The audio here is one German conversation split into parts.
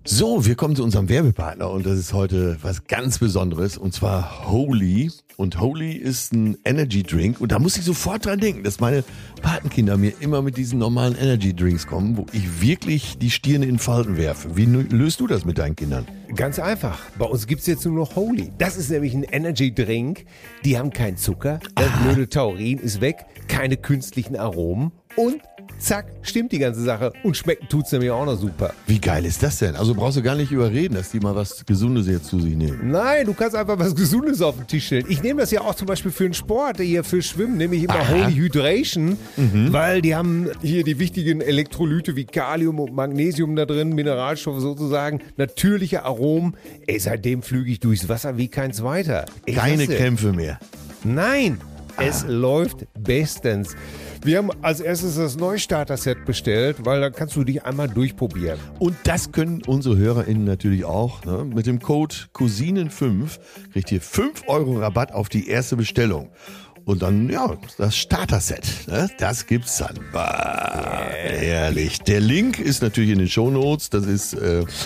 So, wir kommen zu unserem Werbepartner und das ist heute was ganz Besonderes und zwar Holy. Und Holy ist ein Energy Drink und da muss ich sofort dran denken, dass meine Patenkinder mir immer mit diesen normalen Energy Drinks kommen, wo ich wirklich die Stirne in Falten werfe. Wie löst du das mit deinen Kindern? Ganz einfach. Bei uns gibt's jetzt nur noch Holy. Das ist nämlich ein Energy Drink. Die haben keinen Zucker, das blöde Taurin ist weg, keine künstlichen Aromen und zack, stimmt die ganze Sache. Und schmecken tut's nämlich auch noch super. Wie geil ist das denn? Also brauchst du gar nicht überreden, dass die mal was Gesundes jetzt zu sich nehmen. Nein, du kannst einfach was Gesundes auf den Tisch stellen. Ich nehme das ja auch zum Beispiel für den Sport, hier für Schwimmen, nehme ich immer Holy Hydration, weil die haben hier die wichtigen Elektrolyte wie Kalium und Magnesium da drin, Mineralstoffe sozusagen, natürliche Aromen. Ey, seitdem flüge ich durchs Wasser wie kein zweiter. Keine Kämpfe mehr. Nein, es läuft bestens. Wir haben als erstes das Neustarter-Set bestellt, weil da kannst du dich einmal durchprobieren. Und das können unsere HörerInnen natürlich auch. Ne? Mit dem Code Cousinen5 kriegt ihr 5 € Rabatt auf die erste Bestellung. Und dann, ja, das Starter-Set, ne? Das gibt's dann. Herrlich. Der Link ist natürlich in den Shownotes. Das ist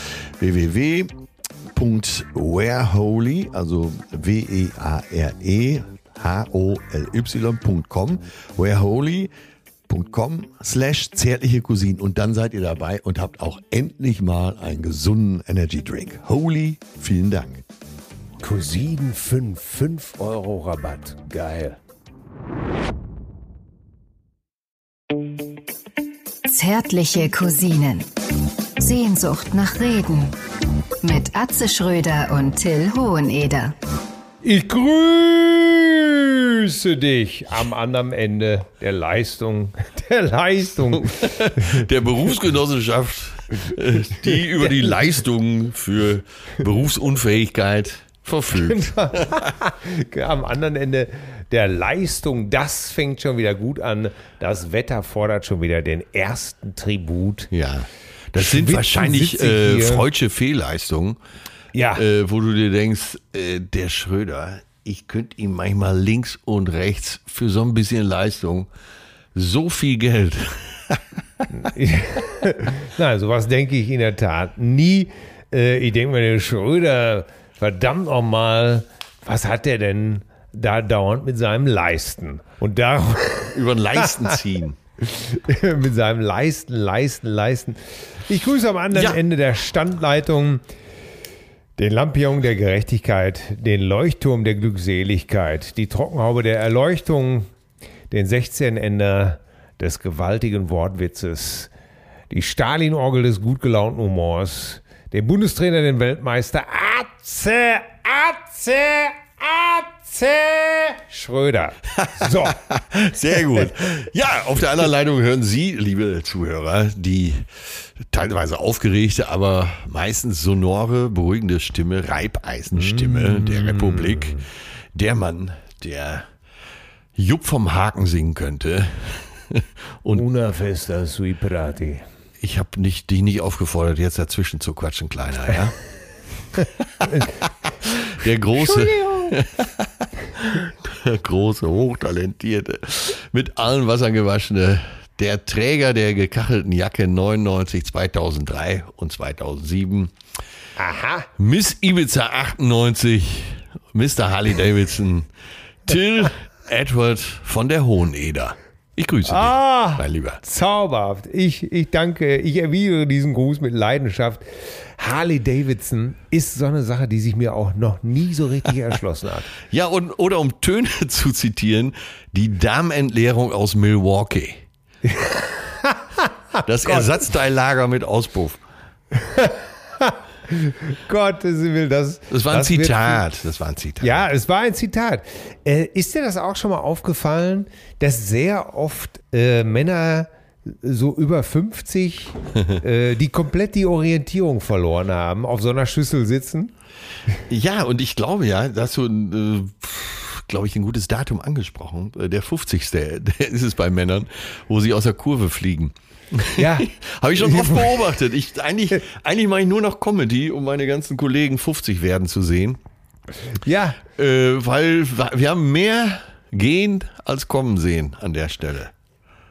www.wearholy, also WEARE HOLY.com, wearholy.com/zärtliche Cousinen und dann seid ihr dabei und habt auch endlich mal einen gesunden Energy Drink. Holy, vielen Dank. Cousinen 5 € Rabatt. Geil. Zärtliche Cousinen. Sehnsucht nach Reden. Mit Atze Schröder und Till Hoheneder. Ich grüße dich am anderen Ende der Leistung. Der Berufsgenossenschaft, die über die Leistung für Berufsunfähigkeit verfügt. Am anderen Ende der Leistung, das fängt schon wieder gut an. Das Wetter fordert schon wieder den ersten Tribut. Ja, das sind wahrscheinlich freudsche Fehlleistungen. Ja. Wo du dir denkst, der Schröder, ich könnte ihm manchmal links und rechts für so ein bisschen Leistung so viel Geld. Nein, sowas denke ich in der Tat nie. Ich denke mir, der Schröder, verdammt nochmal, was hat der denn da dauernd mit seinem Leisten? Und da über den Leisten ziehen. Mit seinem Leisten. Ich grüße am anderen Ende der Standleitung den Lampion der Gerechtigkeit, den Leuchtturm der Glückseligkeit, die Trockenhaube der Erleuchtung, den 16-Ender des gewaltigen Wortwitzes, die Stalin-Orgel des gut gelaunten Humors, den Bundestrainer, den Weltmeister Atze Schröder. So. Sehr gut. Ja, auf der anderen Leitung hören Sie, liebe Zuhörer, die teilweise aufgeregte, aber meistens sonore, beruhigende Stimme, Reibeisenstimme der Republik. Der Mann, der Jupp vom Haken singen könnte. Und Una festa sui prati. Ich habe dich nicht aufgefordert, jetzt dazwischen zu quatschen, Kleiner, ja? Der große, hochtalentierte, mit allen Wassern gewaschene, der Träger der gekachelten Jacke 99, 2003 und 2007. Aha. Miss Ibiza 98, Mr. Harley Davidson, Till Edward von der Hoheneder. Ich grüße dich, mein Lieber. Zauberhaft. Ich danke, ich erwidere diesen Gruß mit Leidenschaft. Harley Davidson ist so eine Sache, die sich mir auch noch nie so richtig erschlossen hat. Ja, oder um Töne zu zitieren, die Darmentleerung aus Milwaukee. Das Ersatzteillager mit Auspuff. Gottes Willen, das war ein Zitat. Ja, es war ein Zitat. Ist dir das auch schon mal aufgefallen, dass sehr oft Männer so über 50, die komplett die Orientierung verloren haben, auf so einer Schüssel sitzen? Ja, und ich glaube da hast du, glaube ich, ein gutes Datum angesprochen. Der 50. Der ist es bei Männern, wo sie aus der Kurve fliegen. Ja. Habe ich schon oft beobachtet. Eigentlich mache ich nur noch Comedy, um meine ganzen Kollegen 50 werden zu sehen. Ja. Weil wir haben mehr gehen als kommen sehen an der Stelle.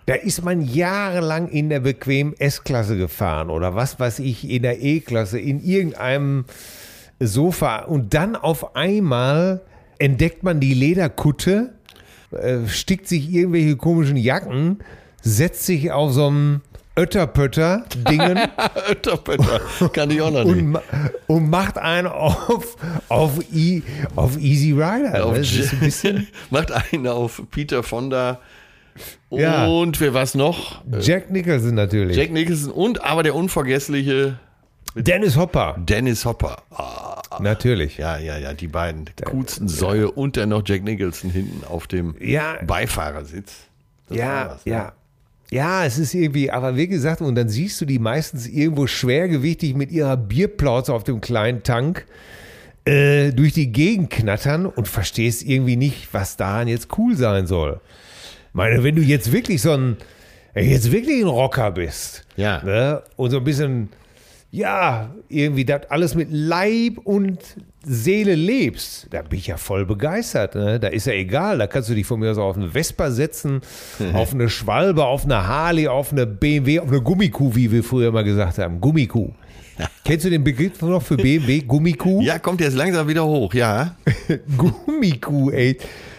Da ist man jahrelang in der bequemen S-Klasse gefahren oder was weiß ich, in der E-Klasse, in irgendeinem Sofa. Und dann auf einmal entdeckt man die Lederkutte, stickt sich irgendwelche komischen Jacken, setzt sich auf so einem Ötterpötter-Dingen. Ötterpötter, kann ich auch noch nicht. Und macht einen auf Easy Rider. Das ist ein bisschen macht einen auf Peter Fonda. Ja. Und wer war's noch? Jack Nicholson natürlich. Jack Nicholson und aber der unvergessliche Dennis Hopper. Dennis Hopper. Ah, Natürlich. ja, die beiden. Coolsten Säue und dann noch Jack Nicholson hinten auf dem Beifahrersitz. Das war was, ne? Ja. Ja, es ist irgendwie, aber wie gesagt, und dann siehst du die meistens irgendwo schwergewichtig mit ihrer Bierplauze auf dem kleinen Tank durch die Gegend knattern und verstehst irgendwie nicht, was daran jetzt cool sein soll. Ich meine, wenn du jetzt wirklich ein Rocker bist, Ja. ne, und so ein bisschen, ja, irgendwie das alles mit Leib und Seele lebst, da bin ich ja voll begeistert. Ne? Da ist ja egal, da kannst du dich von mir aus auf eine Vespa setzen, auf eine Schwalbe, auf eine Harley, auf eine BMW, auf eine Gummikuh, wie wir früher mal gesagt haben. Gummikuh. Kennst du den Begriff noch für BMW? Gummikuh? Ja, kommt jetzt langsam wieder hoch, ja. Gummikuh, ey.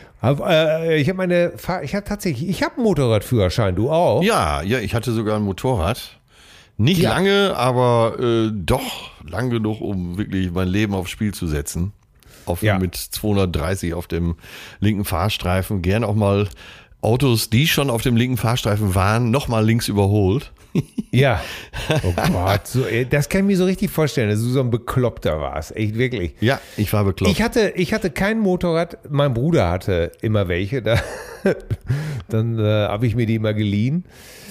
Ich habe einen Motorradführerschein, du auch? Ja, ich hatte sogar ein Motorrad. Nicht lange, aber doch lang genug, um wirklich mein Leben aufs Spiel zu setzen. Mit 230 auf dem linken Fahrstreifen. Gern auch mal Autos, die schon auf dem linken Fahrstreifen waren, nochmal links überholt. Ja. Oh Gott, das kann ich mir so richtig vorstellen, dass du so ein Bekloppter warst. Echt, wirklich. Ja, ich war bekloppt. Ich hatte kein Motorrad, mein Bruder hatte immer welche. Dann habe ich mir die immer geliehen.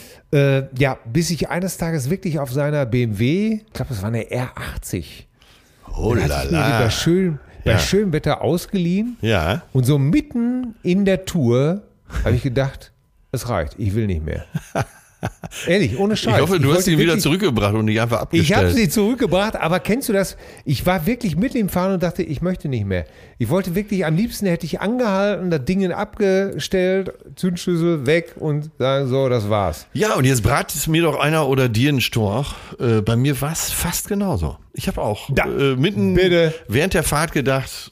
Bis ich eines Tages wirklich auf seiner BMW, ich glaube, das war eine R80. Oh la la. Bei schönem Wetter ausgeliehen. Ja. Und so mitten in der Tour habe ich gedacht, es reicht, ich will nicht mehr. Ehrlich, ohne Scheiß. Ich hoffe, du hast ihn wieder zurückgebracht und nicht einfach abgestellt. Ich habe sie zurückgebracht, aber kennst du das? Ich war wirklich mit im Fahren und dachte, ich möchte nicht mehr. Ich wollte wirklich, am liebsten hätte ich angehalten, das Ding abgestellt, Zündschlüssel weg und sagen, so, das war's. Ja, und jetzt bratet mir doch einer oder dir einen Storch. Bei mir war es fast genauso. Ich habe auch während der Fahrt gedacht,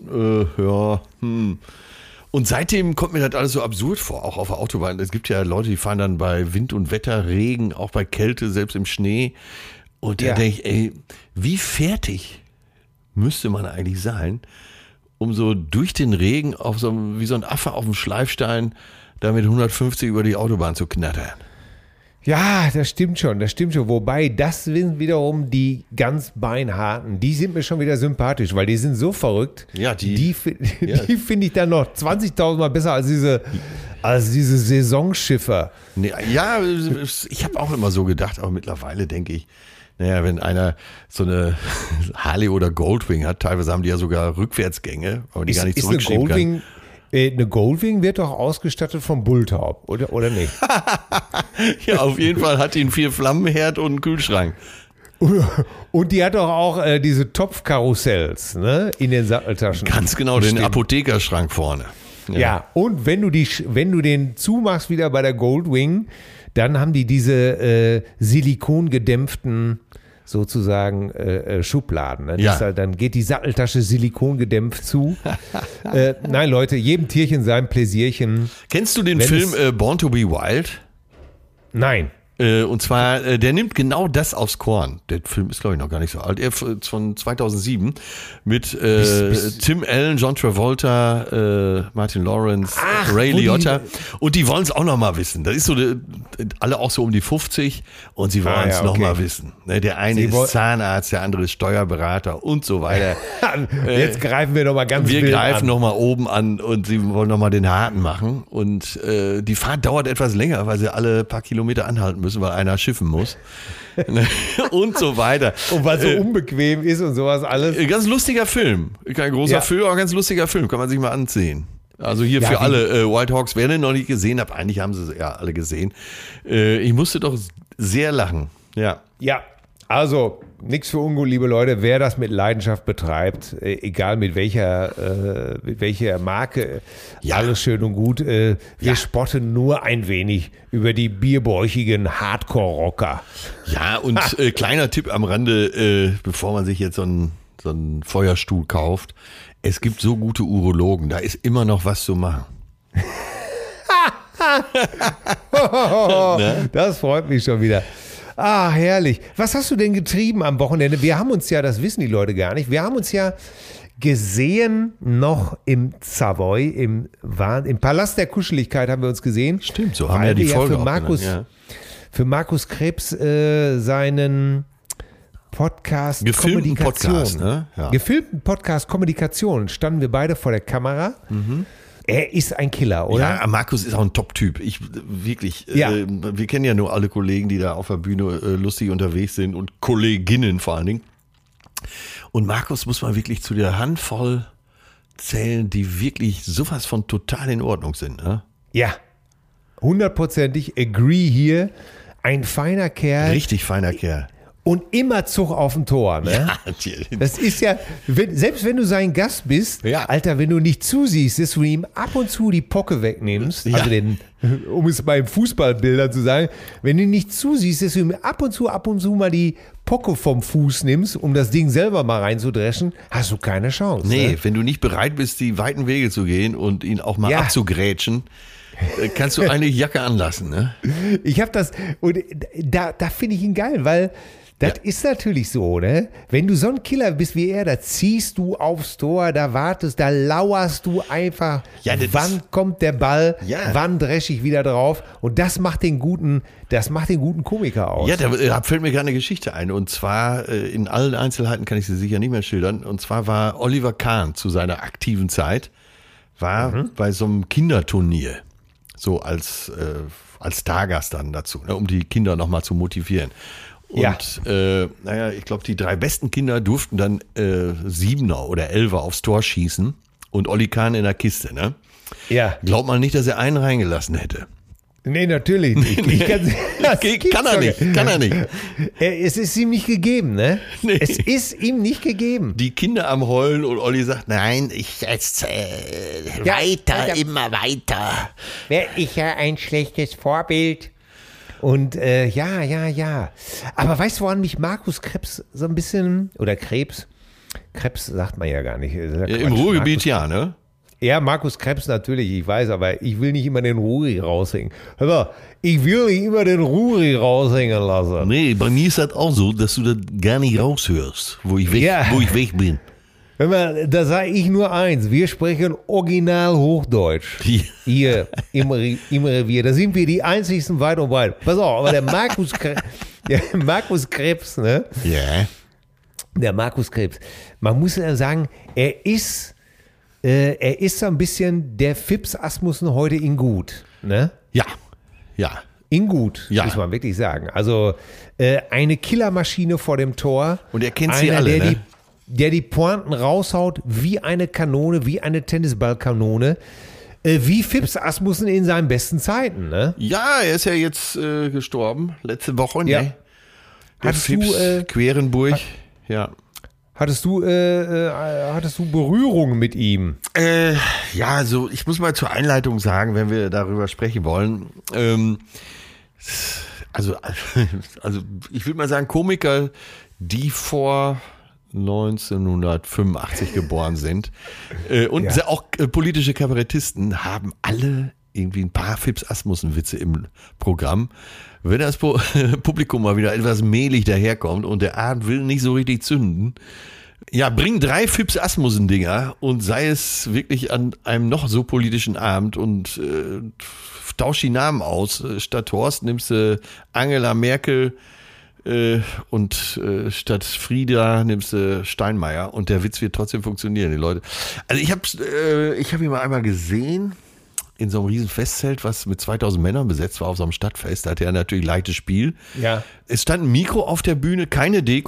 Und seitdem kommt mir das alles so absurd vor, auch auf der Autobahn. Es gibt ja Leute, die fahren dann bei Wind und Wetter, Regen, auch bei Kälte, selbst im Schnee. Und da denke ich, ey, wie fertig müsste man eigentlich sein, um so durch den Regen wie so ein Affe auf dem Schleifstein da mit 150 über die Autobahn zu knattern. Ja, das stimmt schon. Wobei, das sind wiederum die ganz beinharten. Die sind mir schon wieder sympathisch, weil die sind so verrückt. Ja, die finde ich dann noch 20.000 Mal besser als diese Saisonschiffer. Nee, ja, ich habe auch immer so gedacht, aber mittlerweile denke ich, naja, wenn einer so eine Harley oder Goldwing hat, teilweise haben die ja sogar Rückwärtsgänge, aber die gar nicht zurückschieben kann. Eine Goldwing wird doch ausgestattet vom Bulltaub, oder nicht? Ja, auf jeden Fall hat die einen 4-Flammenherd und einen Kühlschrank. Und die hat doch auch diese Topfkarussells, ne, in den Satteltaschen. Ganz genau, den Apothekerschrank vorne. Ja, und wenn du den zumachst wieder bei der Goldwing, dann haben die diese silikongedämpften sozusagen Schubladen. Ne? Ja. Dann geht die Satteltasche silikongedämpft zu. Nein, Leute, jedem Tierchen sein Pläsierchen. Kennst du den Film Born to be Wild? Nein. Und zwar, der nimmt genau das aufs Korn. Der Film ist, glaube ich, noch gar nicht so alt. Er ist von 2007 mit Tim Allen, John Travolta, Martin Lawrence, Ray Liotta. Und die wollen es auch noch mal wissen. Das ist so, alle auch so um die 50 und sie wollen es noch mal wissen. Der eine ist Zahnarzt, der andere ist Steuerberater und so weiter. Jetzt greifen wir noch mal ganz wild an. Wir greifen noch mal oben an und sie wollen noch mal den Harten machen. Und die Fahrt dauert etwas länger, weil sie alle paar Kilometer anhalten müssen, weil einer schiffen muss. Und so weiter. Und weil so unbequem ist und sowas alles. Ganz lustiger Film. Kein großer Film, aber ganz lustiger Film. Kann man sich mal ansehen. Also hier für alle White Hawks, wer den noch nicht gesehen hat, eigentlich haben sie alle gesehen. Ich musste doch sehr lachen. Ja. Ja, also nichts für ungut, liebe Leute. Wer das mit Leidenschaft betreibt, egal mit welcher Marke, alles schön und gut. Wir spotten nur ein wenig über die bierbäuchigen Hardcore-Rocker. Ja, und kleiner Tipp am Rande, bevor man sich jetzt so einen Feuerstuhl kauft. Es gibt so gute Urologen, da ist immer noch was zu machen. Das freut mich schon wieder. Ah, herrlich. Was hast du denn getrieben am Wochenende? Wir haben uns ja, das wissen die Leute gar nicht, wir haben uns ja gesehen noch im Savoy, im Palast der Kuscheligkeit haben wir uns gesehen. Stimmt, so haben wir die Folge für Markus Krebs seinen Podcast gefilmten Kommunikation. Podcast, ne? Ja. Gefilmten Podcast Kommunikation. Standen wir beide vor der Kamera. Er ist ein Killer, oder? Ja, Markus ist auch ein Top-Typ. Wir kennen ja nur alle Kollegen, die da auf der Bühne lustig unterwegs sind und Kolleginnen vor allen Dingen. Und Markus muss man wirklich zu der Handvoll zählen, die wirklich sowas von total in Ordnung sind. Ne? Ja, 100%ig agree hier. Ein feiner Kerl. Richtig feiner Kerl. Und immer Zug auf dem Tor. Ne? Ja, das ist ja, selbst wenn du sein Gast bist, Alter, wenn du nicht zusiehst, dass du ihm ab und zu die Pocke wegnimmst, also um es bei Fußballbildern zu sagen, wenn du nicht zusiehst, dass du ihm ab und zu mal die Pocke vom Fuß nimmst, um das Ding selber mal reinzudreschen, hast du keine Chance. Nee, ne? Wenn du nicht bereit bist, die weiten Wege zu gehen und ihn auch mal abzugrätschen, kannst du eine Jacke anlassen. Ne? Ich habe das, und da finde ich ihn geil, weil das ist natürlich so, ne? Wenn du so ein Killer bist wie er, da ziehst du aufs Tor, da wartest, da lauerst du einfach, wann kommt der Ball, wann dresche ich wieder drauf, und das macht den guten Komiker aus. Ja, da fällt mir gerade eine Geschichte ein, und zwar in allen Einzelheiten kann ich sie sicher nicht mehr schildern, und zwar war Oliver Kahn zu seiner aktiven Zeit, bei so einem Kinderturnier, so als Stargast dann dazu, ne, um die Kinder nochmal zu motivieren. Und ich glaube, die 3 besten Kinder durften dann 7er oder 11er aufs Tor schießen und Olli Kahn in der Kiste. Ne? Ja. Glaubt man nicht, dass er einen reingelassen hätte. Nee, natürlich nicht. Kann er nicht. Es ist ihm nicht gegeben, ne? Nee. Es ist ihm nicht gegeben. Die Kinder am Heulen und Olli sagt, nein, ich jetzt immer weiter. Wäre ich ja ein schlechtes Vorbild. Und ja. Aber weißt du, woran mich Markus Krebs so ein bisschen, oder Krebs sagt man ja gar nicht. Im Ruhrgebiet ne? Ja, Markus Krebs natürlich, ich weiß, aber ich will nicht immer den Ruri raushängen. Hör mal, ich will nicht immer den Ruri raushängen lassen. Nee, bei mir ist das auch so, dass du das gar nicht raushörst, wo ich weg bin. Hör mal, da sage ich nur eins, wir sprechen original Hochdeutsch. Hier im Revier, da sind wir die einzigsten weit und breit. Pass auf, aber der Markus Krebs, ne? Ja. Der Markus Krebs, man muss ja sagen, er ist so ein bisschen der Fips Asmussen heute in gut, ne? Ja. In gut, muss man wirklich sagen. Also eine Killermaschine vor dem Tor. Und er kennt sie alle, ne? Der die Pointen raushaut wie eine Kanone, wie eine Tennisballkanone, wie Fips Asmussen in seinen besten Zeiten, ne? Ja, er ist ja jetzt gestorben, letzte Woche, ne? Ja. Hattest du Querenburg, Hattest du Berührung mit ihm? So ich muss mal zur Einleitung sagen, wenn wir darüber sprechen wollen. Also ich würde mal sagen, Komiker, die vor 1985 geboren sind und auch politische Kabarettisten haben alle irgendwie ein paar Fips Asmussen-Witze im Programm. Wenn das Publikum mal wieder etwas mehlig daherkommt und der Abend will nicht so richtig zünden, bring 3 Fips Asmussen-Dinger und sei es wirklich an einem noch so politischen Abend und tausch die Namen aus. Statt Horst nimmst du Angela Merkel und statt Frieda nimmst du Steinmeier und der Witz wird trotzdem funktionieren, die Leute. Also ich hab ihn mal einmal gesehen in so einem riesen Festzelt, was mit 2000 Männern besetzt war auf so einem Stadtfest. Da hatte er natürlich leichtes Spiel. Ja. Es stand ein Mikro auf der Bühne, keine Deko.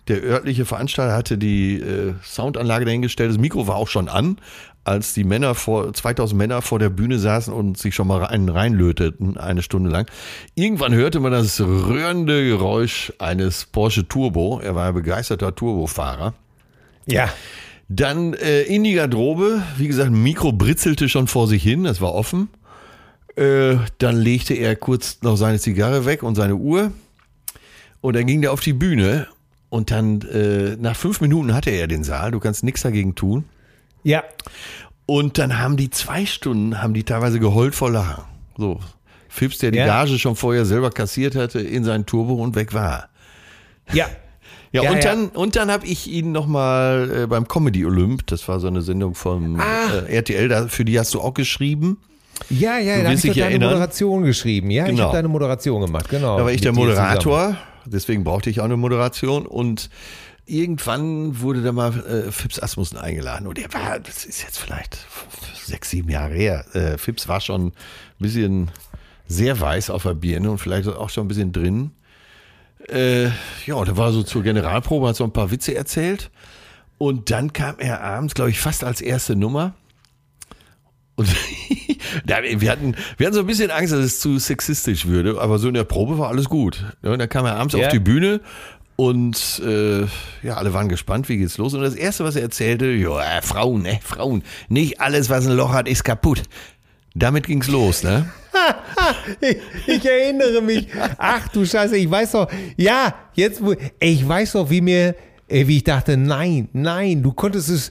Der örtliche Veranstalter hatte die Soundanlage dahingestellt. Das Mikro war auch schon an, als die 2000 Männer vor der Bühne saßen und sich schon mal reinlöteten, eine Stunde lang. Irgendwann hörte man das rührende Geräusch eines Porsche Turbo. Er war ein begeisterter Turbofahrer. Ja. Dann in die Garderobe. Wie gesagt, ein Mikro britzelte schon vor sich hin. Das war offen. Dann legte er kurz noch seine Zigarre weg und seine Uhr. Und dann ging der auf die Bühne. Und dann nach 5 Minuten hatte er den Saal. Du kannst nichts dagegen tun. Ja. Und dann haben die 2 Stunden, teilweise geheult vor Lachen. So, Phipps, der die Gage schon vorher selber kassiert hatte, in seinen Turbo und weg war. Ja. Und dann habe ich ihn nochmal beim Comedy Olymp, das war so eine Sendung vom RTL, für die hast du auch geschrieben. Ja, da habe ich doch deine Moderation geschrieben. Ja, genau. Ich habe deine Moderation gemacht, genau. Da war ich der Moderator, deswegen brauchte ich auch eine Moderation und irgendwann wurde da mal Phipps Asmussen eingeladen und das ist jetzt vielleicht 6, 7 Jahre her. Phipps war schon ein bisschen sehr weiß auf der Birne und vielleicht auch schon ein bisschen drin. Da war so zur Generalprobe, hat so ein paar Witze erzählt und dann kam er abends, glaube ich, fast als erste Nummer und wir hatten so ein bisschen Angst, dass es zu sexistisch würde, aber so in der Probe war alles gut. Und dann kam er abends auf die Bühne und alle waren gespannt, wie geht's los. Und das Erste, was er erzählte, Frauen, nicht alles, was ein Loch hat, ist kaputt. Damit ging's los, ne? Ich erinnere mich. Ach du Scheiße, ich weiß doch, ich weiß doch, wie ich dachte, nein, du konntest es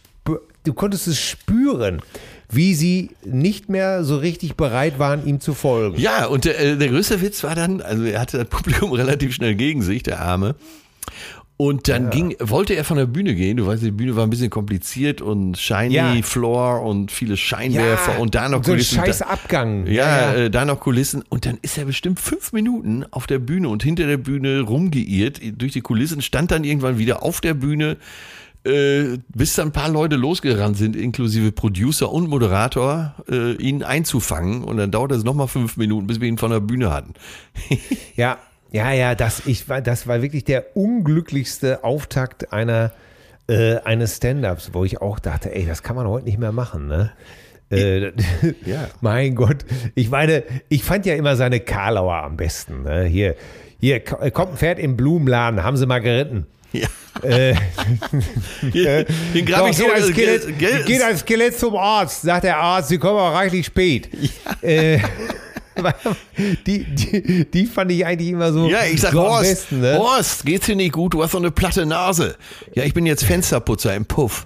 spüren, wie sie nicht mehr so richtig bereit waren, ihm zu folgen. Ja, und der größte Witz war dann, also er hatte das Publikum relativ schnell gegen sich, der Arme. Und dann wollte er von der Bühne gehen. Du weißt, die Bühne war ein bisschen kompliziert und shiny Floor und viele Scheinwerfer und da noch so Kulissen. So ein scheiß Abgang. Da noch Kulissen. Und dann ist er bestimmt 5 Minuten auf der Bühne und hinter der Bühne rumgeirrt durch die Kulissen, stand dann irgendwann wieder auf der Bühne, bis dann ein paar Leute losgerannt sind, inklusive Producer und Moderator, ihn einzufangen. Und dann dauerte es nochmal 5 Minuten, bis wir ihn von der Bühne hatten. Ja, das war wirklich der unglücklichste Auftakt eines Stand-Ups, wo ich auch dachte, das kann man heute nicht mehr machen, ne? Mein Gott. Ich meine, ich fand ja immer seine Karlauer am besten, ne? Hier kommt ein Pferd im Blumenladen, haben sie mal geritten. Ja. Geht ein Skelett zum Arzt, sagt der Arzt, sie kommen auch reichlich spät. Ja. Die fand ich eigentlich immer so. Ja, ich sag, so Horst, besten, ne? Horst, geht's dir nicht gut? Du hast so eine platte Nase. Ja, ich bin jetzt Fensterputzer im Puff.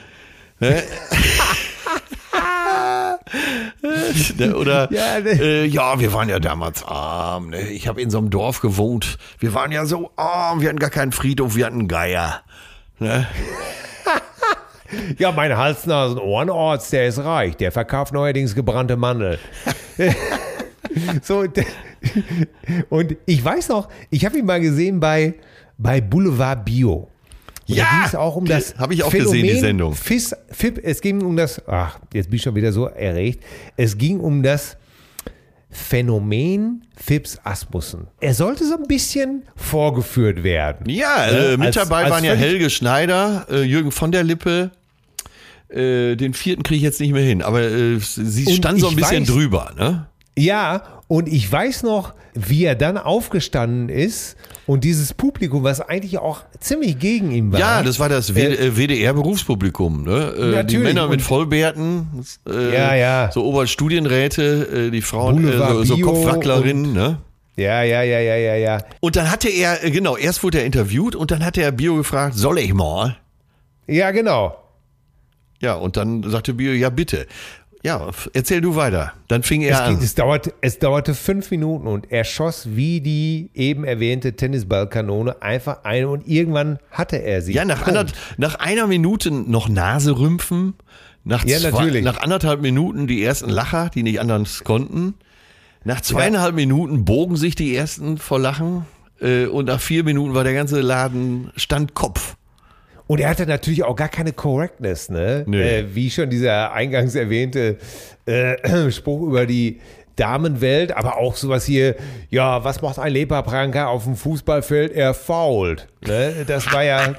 Oder wir waren ja damals arm. Ne? Ich habe in so einem Dorf gewohnt. Wir waren ja so arm, wir hatten gar keinen Friedhof, wir hatten einen Geier. Ne? Ja, mein Hals-Nasen-Ohrenarzt, der ist reich. Der verkauft neuerdings gebrannte Mandel. So, und ich weiß noch, ich habe ihn mal gesehen bei Boulevard Bio. Und da ging es auch um das habe ich auch Phänomen gesehen, die Sendung. Es ging um das, jetzt bin ich schon wieder so erregt, es ging um das Phänomen Phipps Asmussen. Er sollte so ein bisschen vorgeführt werden. Ja, mit dabei waren ja Helge Schneider, Jürgen von der Lippe, den 4. kriege ich jetzt nicht mehr hin, aber sie stand so ein bisschen drüber, ne? Ja, und ich weiß noch, wie er dann aufgestanden ist und dieses Publikum, was eigentlich auch ziemlich gegen ihn war. Ja, das war das WDR-Berufspublikum, ne? Die Männer mit Vollbärten, so Oberstudienräte, die Frauen, so Kopfwacklerinnen, ne? Ja. Und dann hatte er, erst wurde er interviewt und dann hatte er Bio gefragt, soll ich mal? Ja, genau. Ja, und dann sagte Bio, ja bitte. Ja, erzähl du weiter. Dann fing er an. Es dauerte 5 Minuten und er schoss wie die eben erwähnte Tennisballkanone einfach ein und irgendwann hatte er sie. Ja, nach einer Minute noch Nase rümpfen, nach 1,5 Minuten die ersten Lacher, die nicht anders konnten. Nach 2,5 Minuten bogen sich die ersten vor Lachen und nach 4 Minuten war der ganze Laden stand Kopf. Und er hatte natürlich auch gar keine Correctness, ne? Nee. Wie schon dieser eingangs erwähnte Spruch über die Damenwelt, aber auch sowas hier, ja, was macht ein Leberpranker auf dem Fußballfeld? Er fault. Ne? Das war ja,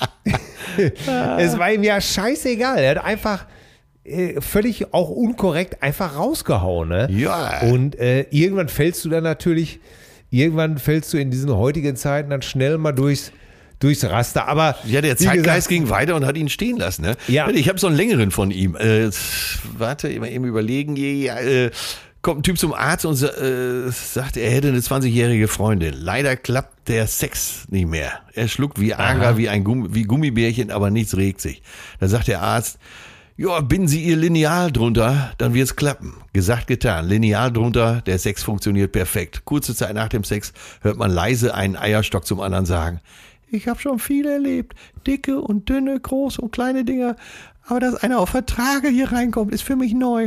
es war ihm ja scheißegal. Er hat einfach völlig auch unkorrekt einfach rausgehauen. Ne? Ja. Und irgendwann fällst du in diesen heutigen Zeiten dann schnell mal durchs Raster. Aber ja, der wie Zeitgeist gesagt, ging weiter und hat ihn stehen lassen. Ne? Ja. Ich habe so einen längeren von ihm. Warte, eben überlegen. Kommt ein Typ zum Arzt und sagt, er hätte eine 20-jährige Freundin. Leider klappt der Sex nicht mehr. Er schluckt wie Agra, wie Gummibärchen, aber nichts regt sich. Dann sagt der Arzt, ja, binden Sie Ihr Lineal drunter, dann wird's klappen. Gesagt, getan. Lineal drunter, der Sex funktioniert perfekt. Kurze Zeit nach dem Sex hört man leise einen Eierstock zum anderen sagen, ich habe schon viel erlebt. Dicke und dünne, große und kleine Dinger. Aber dass einer auf Vertrage hier reinkommt, ist für mich neu.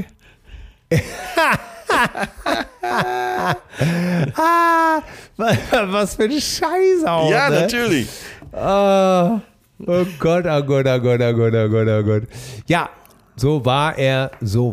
Was für ein Scheiß auch. Ja, ne? natürlich. Oh Gott, oh Gott, oh Gott, oh Gott, oh Gott, oh Gott. Ja, so war er.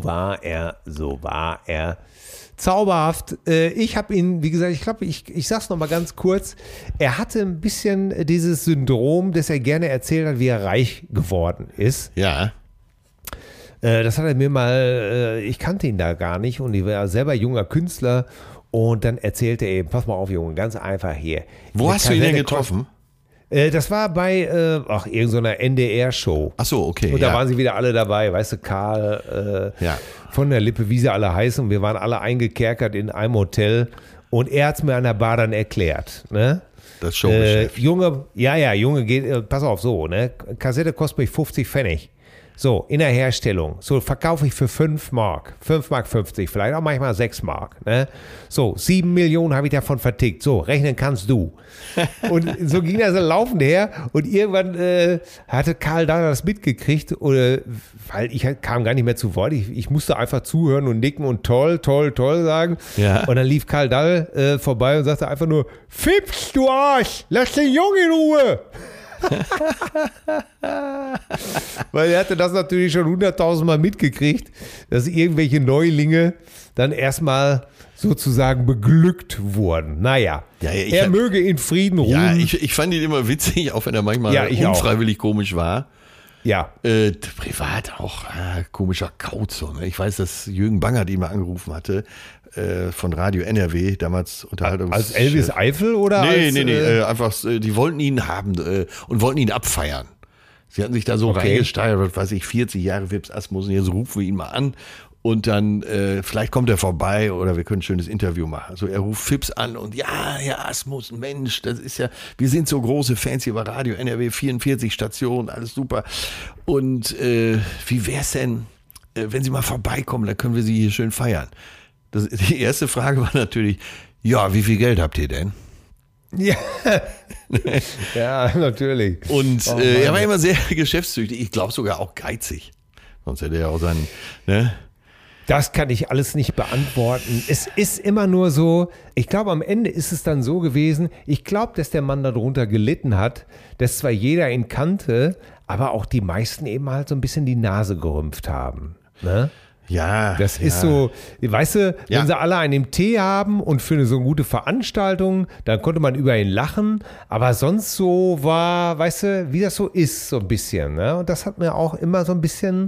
Zauberhaft. Ich habe ihn, wie gesagt, ich glaube, ich sag's nochmal ganz kurz. Er hatte ein bisschen dieses Syndrom, dass er gerne erzählt hat, wie er reich geworden ist. Ja. Das hat er mir mal, ich kannte ihn da gar nicht und ich war selber junger Künstler und dann erzählte er eben, pass mal auf, Junge, ganz einfach hier. Wo hast du ihn denn getroffen? Das war bei irgendeiner NDR-Show. Ach so, okay. Und da waren sie wieder alle dabei, weißt du, Karl von der Lippe, wie sie alle heißen. Und wir waren alle eingekerkert in einem Hotel. Und er hat es mir an der Bar dann erklärt. Ne? Das Showgeschäft. Junge, geht, pass auf, so, ne? Kassette kostet mich 50 Pfennig. So, in der Herstellung. So, verkaufe ich für 5 Mark. 5 Mark 50, vielleicht auch manchmal 6 Mark. Ne? So, 7 Millionen habe ich davon vertickt. So, rechnen kannst du. Und so ging das laufend her. Und irgendwann hatte Karl da das mitgekriegt, weil ich kam gar nicht mehr zu Wort. Ich musste einfach zuhören und nicken und toll, toll, toll sagen. Ja. Und dann lief Karl Dall vorbei und sagte einfach nur, Fips, du Arsch, lass den Jungen in Ruhe. Weil er hatte das natürlich schon 100.000 Mal mitgekriegt, dass irgendwelche Neulinge dann erstmal sozusagen beglückt wurden. Naja, er möge in Frieden ruhen. Ja, ich fand ihn immer witzig, auch wenn er manchmal unfreiwillig komisch war. Ja. Privat auch komischer Kauz. So, ne? Ich weiß, dass Jürgen Bangert ihn mal angerufen hatte von Radio NRW, damals Unterhaltungs... Als Elvis Eifel oder Nee, einfach, die wollten ihn haben und wollten ihn abfeiern. Sie hatten sich da so reingesteigert, was weiß ich, 40 Jahre Fips Asmussen, jetzt rufen wir ihn mal an und dann, vielleicht kommt er vorbei oder wir können ein schönes Interview machen. Also er ruft Fips an und ja, Herr Asmussen, Mensch, das ist ja, wir sind so große Fans hier bei Radio NRW, 44 Stationen, alles super. Und wie wär's denn, wenn Sie mal vorbeikommen, dann können wir Sie hier schön feiern. Die erste Frage war natürlich, ja, wie viel Geld habt ihr denn? Ja, ja, natürlich. Und er war immer sehr geschäftstüchtig, ich glaube sogar auch geizig. Sonst hätte er auch seinen, ne? Das kann ich alles nicht beantworten. Es ist immer nur so, ich glaube, am Ende ist es dann so gewesen, ich glaube, dass der Mann darunter gelitten hat, dass zwar jeder ihn kannte, aber auch die meisten eben halt so ein bisschen die Nase gerümpft haben. Ne? Ja. Das ist so, weißt du, wenn sie alle einen Tee haben und für so eine gute Veranstaltung, dann konnte man über ihn lachen, aber sonst so war, weißt du, wie das so ist, so ein bisschen. Ne? Und das hat mir auch immer so ein bisschen...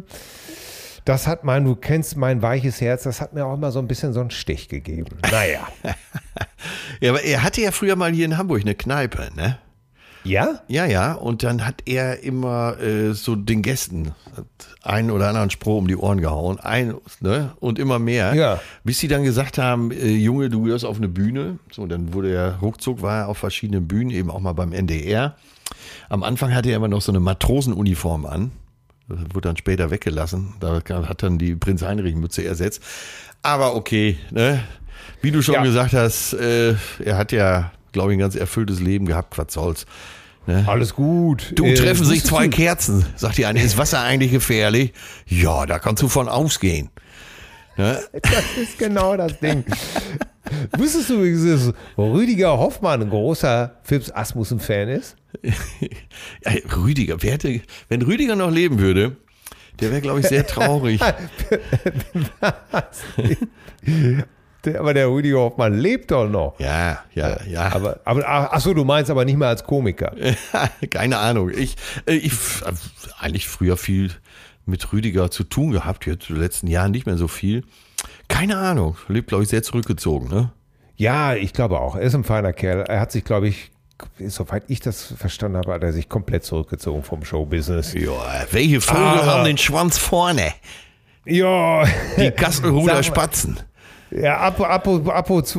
du kennst mein weiches Herz, das hat mir auch immer so ein bisschen so einen Stich gegeben. Naja. Ja, aber er hatte ja früher mal hier in Hamburg eine Kneipe, ne? Ja? Ja, und dann hat er immer so den Gästen einen oder anderen Spruch um die Ohren gehauen, und immer mehr, bis sie dann gesagt haben, Junge, du gehörst auf eine Bühne. So, dann wurde er ruckzuck, war er auf verschiedenen Bühnen, eben auch mal beim NDR. Am Anfang hatte er immer noch so eine Matrosenuniform an. Das wurde dann später weggelassen. Da hat dann die Prinz-Heinrich-Mütze ersetzt. Aber okay, ne? Wie du schon gesagt hast, er hat ja, glaube ich, ein ganz erfülltes Leben gehabt. Was soll's? Ne? Alles gut. Du, treffen sich zwei Kerzen. Sagt die eine, ist Wasser eigentlich gefährlich? Ja, da kannst du von ausgehen. Ne? Das ist genau das Ding. Wusstest du, dass Rüdiger Hoffmann ein großer Fips Asmussen-Fan ist? Ja, Rüdiger, wenn Rüdiger noch leben würde, der wäre, glaube ich, sehr traurig. Aber der Rudi Hoffmann lebt doch noch. Ja. Aber achso, du meinst aber nicht mehr als Komiker. Keine Ahnung. Ich eigentlich früher viel mit Rüdiger zu tun gehabt, jetzt in den letzten Jahren nicht mehr so viel. Keine Ahnung. Lebt, glaube ich, sehr zurückgezogen, ne? Ja, ich glaube auch. Er ist ein feiner Kerl. Er hat sich, glaube ich, soweit ich das verstanden habe, hat er sich komplett zurückgezogen vom Showbusiness. Ja, welche Vögel haben den Schwanz vorne? Ja. Die Kastelruder Spatzen. Ja, apropos.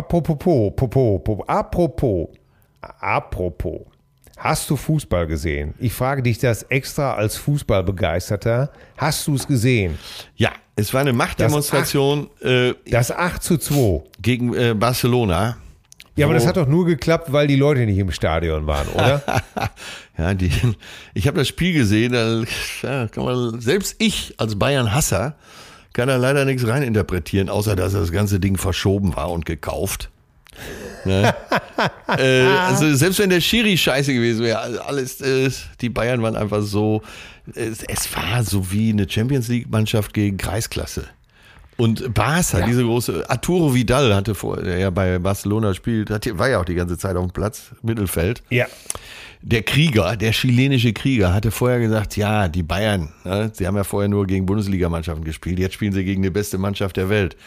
Hast du Fußball gesehen? Ich frage dich das extra als Fußballbegeisterter. Hast du es gesehen? Ja, es war eine Machtdemonstration. Das 8:2. Gegen Barcelona. Ja, aber das hat doch nur geklappt, weil die Leute nicht im Stadion waren, oder? Ja, ich habe das Spiel gesehen, da kann man, selbst ich als Bayern-Hasser kann da leider nichts reininterpretieren, außer dass das ganze Ding verschoben war und gekauft. Ne? Also selbst wenn der Schiri scheiße gewesen wäre, also alles, die Bayern waren einfach so, es war so wie eine Champions-League-Mannschaft gegen Kreisklasse. Und Barca, diese große, Arturo Vidal hatte vorher ja bei Barcelona gespielt, war ja auch die ganze Zeit auf dem Platz, Mittelfeld. Ja. Der Krieger, der chilenische Krieger, hatte vorher gesagt, ja, die Bayern, ne, sie haben ja vorher nur gegen Bundesligamannschaften gespielt, jetzt spielen sie gegen die beste Mannschaft der Welt.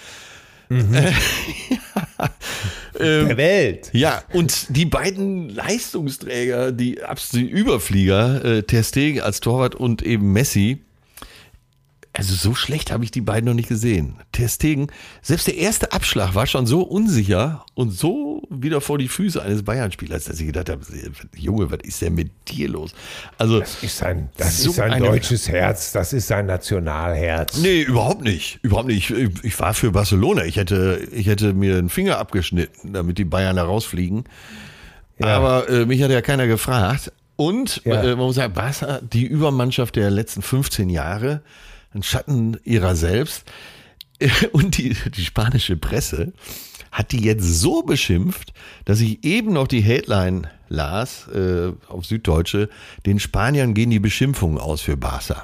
Der Welt. Ja, und die beiden Leistungsträger, die absoluten Überflieger, Ter Stegen als Torwart und eben Messi, also so schlecht habe ich die beiden noch nicht gesehen. Ter Stegen, selbst der erste Abschlag war schon so unsicher und so wieder vor die Füße eines Bayern-Spielers, dass ich gedacht habe, Junge, was ist denn mit dir los? Also das ist sein deutsches Herz, das ist sein Nationalherz. Nee, überhaupt nicht. Überhaupt nicht. Ich war für Barcelona. Ich hätte mir den Finger abgeschnitten, damit die Bayern da rausfliegen. Ja. Aber mich hat ja keiner gefragt. Und man muss sagen, Barca, die Übermannschaft der letzten 15 Jahre, ein Schatten ihrer selbst. Und die spanische Presse hat die jetzt so beschimpft, dass ich eben noch die Headline las auf Süddeutsche, den Spaniern gehen die Beschimpfungen aus für Barca.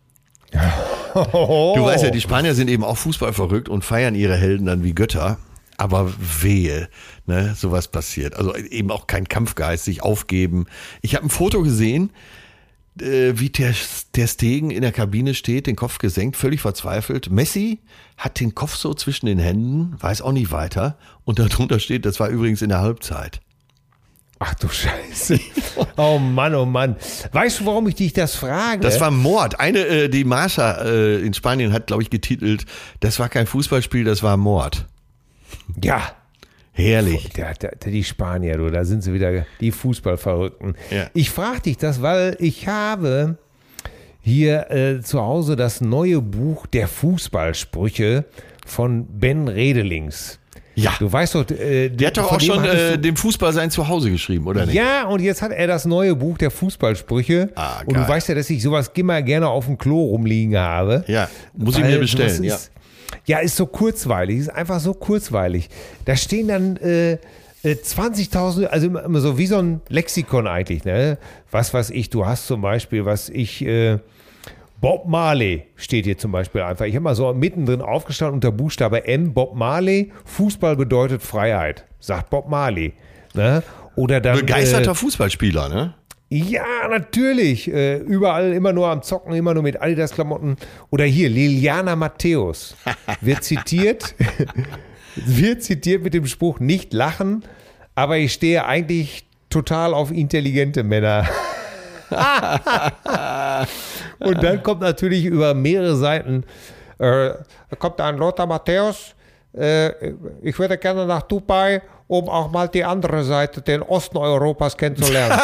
Du weißt ja, die Spanier sind eben auch fußballverrückt und feiern ihre Helden dann wie Götter. Aber wehe, ne, sowas passiert. Also eben auch kein Kampfgeist, sich aufgeben. Ich habe ein Foto gesehen, wie Ter Stegen in der Kabine steht, den Kopf gesenkt, völlig verzweifelt. Messi hat den Kopf so zwischen den Händen, weiß auch nicht weiter. Und darunter steht, das war übrigens in der Halbzeit. Ach du Scheiße. Oh Mann. Weißt du, warum ich dich das frage? Das war Mord. Die Marca in Spanien hat, glaube ich, getitelt, das war kein Fußballspiel, das war Mord. Ja. Herrlich. Die Spanier, du, da sind sie wieder, die Fußballverrückten. Ja. Ich frage dich das, weil ich habe hier zu Hause das neue Buch der Fußballsprüche von Ben Redelings. Ja. Du weißt doch, der hat doch auch schon dem Fußball sein Zuhause geschrieben, oder nicht? Ja, und jetzt hat er das neue Buch der Fußballsprüche. Und du weißt ja, dass ich sowas immer gerne auf dem Klo rumliegen habe. Ja, muss ich mir bestellen, ja. Ja, ist so kurzweilig, ist einfach so kurzweilig. Da stehen dann 20.000, also immer so wie so ein Lexikon eigentlich, ne? Was weiß ich, du hast zum Beispiel, Bob Marley steht hier zum Beispiel einfach. Ich habe mal so mittendrin aufgestanden unter Buchstabe M, Bob Marley, Fußball bedeutet Freiheit, sagt Bob Marley. Ne? Oder dann, begeisterter Fußballspieler, ne? Ja, natürlich. Überall immer nur am Zocken, immer nur mit Adidas-Klamotten. Oder hier, Liliana Matthäus wird zitiert mit dem Spruch, nicht lachen, aber ich stehe eigentlich total auf intelligente Männer. Und dann kommt natürlich über mehrere Seiten, kommt ein Lothar Matthäus, ich würde gerne nach Dubai, um auch mal die andere Seite, den Osten Europas kennenzulernen.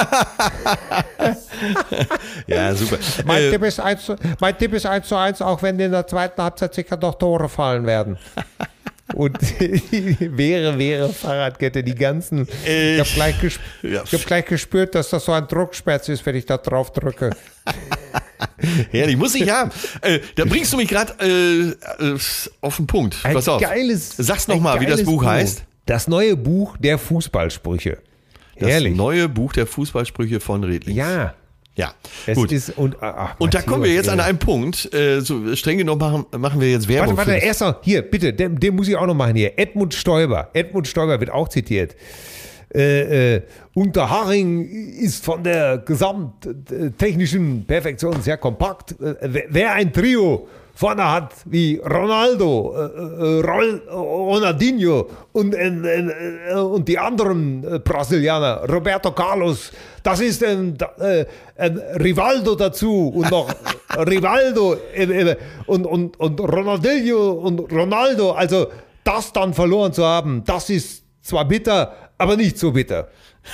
Ja, super. Mein Tipp ist 1:1, auch wenn in der zweiten Halbzeit sicher noch Tore fallen werden. Und wäre Fahrradkette, die ganzen. Ich habe gleich gespürt, dass das so ein Druckschmerz ist, wenn ich da drauf drücke. Herrlich, muss ich haben. Da bringst du mich gerade auf den Punkt. Pass auf. Sag's nochmal, wie das Buch heißt. Das neue Buch der Fußballsprüche. Herrlich. Das neue Buch der Fußballsprüche von Redlings. Ja. Ja, Es gut. ist Und da kommen wir jetzt an einen Punkt, so streng genommen machen wir jetzt Werbung. Warte, erst noch, hier, bitte, den muss ich auch noch machen hier. Edmund Stoiber wird auch zitiert. Und der Haring ist von der gesamttechnischen Perfektion sehr kompakt. Wer ein Trio vorne hat wie Ronaldo, Ronaldinho und die anderen Brasilianer, Roberto Carlos, das ist ein Rivaldo dazu und noch Rivaldo und Ronaldinho und Ronaldo, also das dann verloren zu haben, das ist zwar bitter, aber nicht so bitter.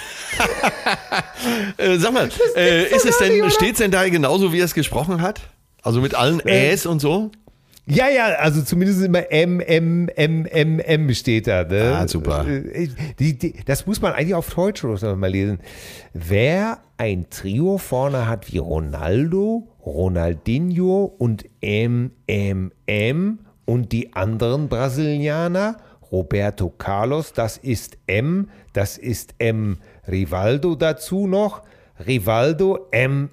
Sag mal, steht's denn da genauso, wie er es gesprochen hat? Also mit allen Äs und so? Ja, also zumindest immer M steht da. Ne? Ah, super. Das muss man eigentlich auf Deutsch mal lesen. Wer ein Trio vorne hat wie Ronaldo, Ronaldinho und M und die anderen Brasilianer, Roberto Carlos, das ist M Rivaldo dazu noch, Rivaldo,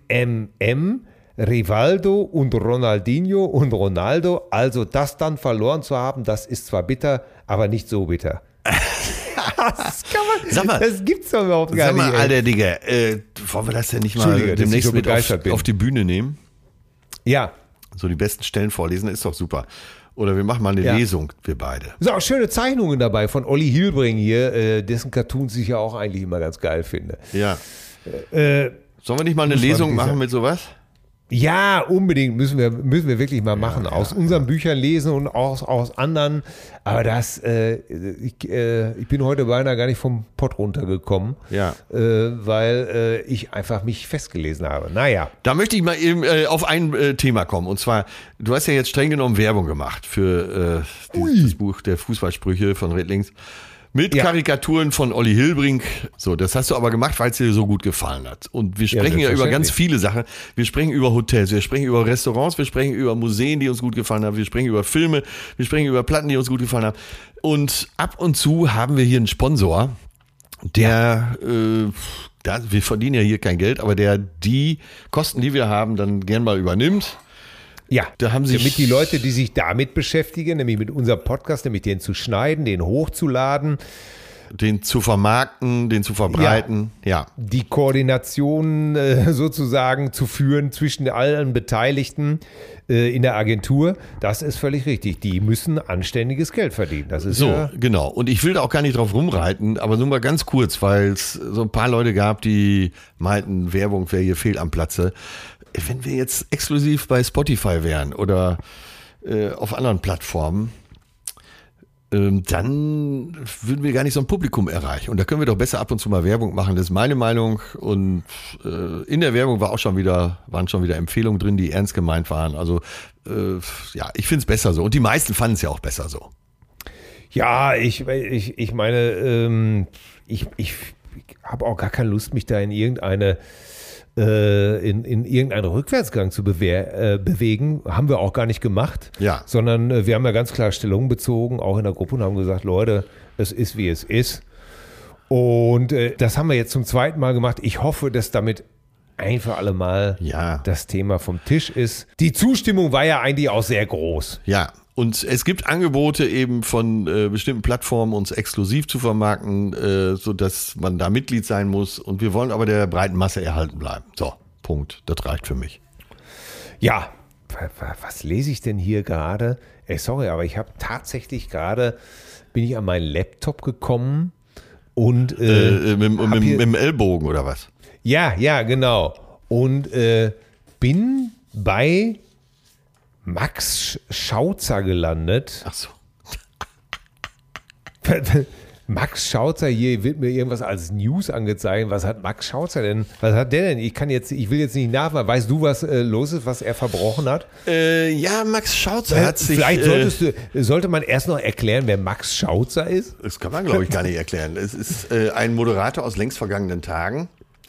Rivaldo und Ronaldinho und Ronaldo, also das dann verloren zu haben, das ist zwar bitter, aber nicht so bitter. Das gibt's doch überhaupt gar nicht. Sag mal, alter Digga, wollen wir das denn nicht mal demnächst mit auf die Bühne nehmen? Ja. So die besten Stellen vorlesen, ist doch super. Oder wir machen mal eine Lesung, wir beide. So, auch schöne Zeichnungen dabei von Olli Hilbring hier, dessen Cartoons ich ja auch eigentlich immer ganz geil finde. Ja. Sollen wir nicht mal eine Lesung machen mit sowas? Ja, unbedingt müssen wir wirklich mal machen. Aus unseren Büchern lesen und aus anderen. Aber ich bin heute beinahe gar nicht vom Pott runtergekommen, weil ich einfach mich festgelesen habe. Naja. Da möchte ich mal eben auf ein Thema kommen. Und zwar, du hast ja jetzt streng genommen Werbung gemacht für das Buch der Fußballsprüche von Redlings. Mit Karikaturen von Olli Hilbrink. So, das hast du aber gemacht, weil es dir so gut gefallen hat. Und wir sprechen ja über ganz viele Sachen. Wir sprechen über Hotels, wir sprechen über Restaurants, wir sprechen über Museen, die uns gut gefallen haben, wir sprechen über Filme, wir sprechen über Platten, die uns gut gefallen haben. Und ab und zu haben wir hier einen Sponsor, der, wir verdienen ja hier kein Geld, aber der die Kosten, die wir haben, dann gern mal übernimmt. Ja, da haben damit die Leute, die sich damit beschäftigen, nämlich mit unserem Podcast, nämlich den zu schneiden, den hochzuladen, den zu vermarkten, den zu verbreiten, die Koordination sozusagen zu führen zwischen allen Beteiligten in der Agentur, das ist völlig richtig. Die müssen anständiges Geld verdienen. Das ist so, genau. Und ich will da auch gar nicht drauf rumreiten, aber nur mal ganz kurz, weil es so ein paar Leute gab, die meinten, Werbung wäre hier fehl am Platze. Wenn wir jetzt exklusiv bei Spotify wären oder auf anderen Plattformen, dann würden wir gar nicht so ein Publikum erreichen. Und da können wir doch besser ab und zu mal Werbung machen. Das ist meine Meinung. Und in der Werbung waren schon wieder Empfehlungen drin, die ernst gemeint waren. Also ich finde es besser so. Und die meisten fanden es ja auch besser so. Ja, ich meine, ich habe auch gar keine Lust, mich da in irgendeinen Rückwärtsgang zu bewegen, haben wir auch gar nicht gemacht, sondern wir haben ja ganz klar Stellung bezogen, auch in der Gruppe, und haben gesagt, Leute, es ist, wie es ist. Und das haben wir jetzt zum zweiten Mal gemacht. Ich hoffe, dass damit ein für alle Mal das Thema vom Tisch ist. Die Zustimmung war ja eigentlich auch sehr groß. Ja. Und es gibt Angebote eben von bestimmten Plattformen, uns exklusiv zu vermarkten, sodass man da Mitglied sein muss. Und wir wollen aber der breiten Masse erhalten bleiben. So, Punkt. Das reicht für mich. Ja, was lese ich denn hier gerade? Sorry, aber ich habe tatsächlich bin ich an meinen Laptop gekommen und mit dem Ellbogen oder was? Ja, genau. Und bin bei Max Schautzer gelandet. Ach so. Max Schautzer, hier wird mir irgendwas als News angezeigt. Was hat Max Schautzer denn? Was hat der denn? Ich will jetzt nicht nachfragen. Weißt du, was los ist, was er verbrochen hat? Max Schautzer hat sich... Vielleicht sollte man erst noch erklären, wer Max Schautzer ist. Das kann man, glaube ich, gar nicht erklären. Es ist ein Moderator aus längst vergangenen Tagen.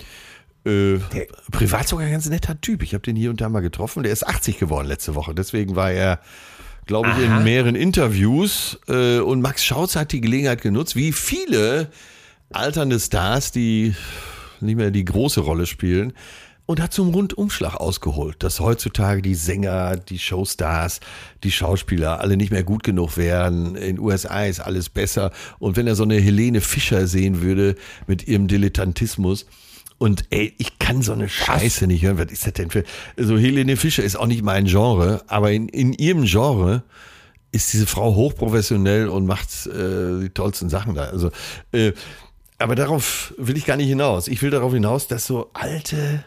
Privat sogar ein ganz netter Typ. Ich habe den hier und da mal getroffen. Der ist 80 geworden letzte Woche. Deswegen war er, glaube ich, in mehreren Interviews. Und Max Schautzer hat die Gelegenheit genutzt, wie viele alternde Stars, die nicht mehr die große Rolle spielen, und hat so einen Rundumschlag ausgeholt, dass heutzutage die Sänger, die Showstars, die Schauspieler alle nicht mehr gut genug wären. In den USA ist alles besser. Und wenn er so eine Helene Fischer sehen würde mit ihrem Dilettantismus, und ey, ich kann so eine Scheiße nicht hören. Was ist das denn für... Also Helene Fischer ist auch nicht mein Genre, aber in ihrem Genre ist diese Frau hochprofessionell und macht die tollsten Sachen da. Also, aber darauf will ich gar nicht hinaus. Ich will darauf hinaus, dass so alte,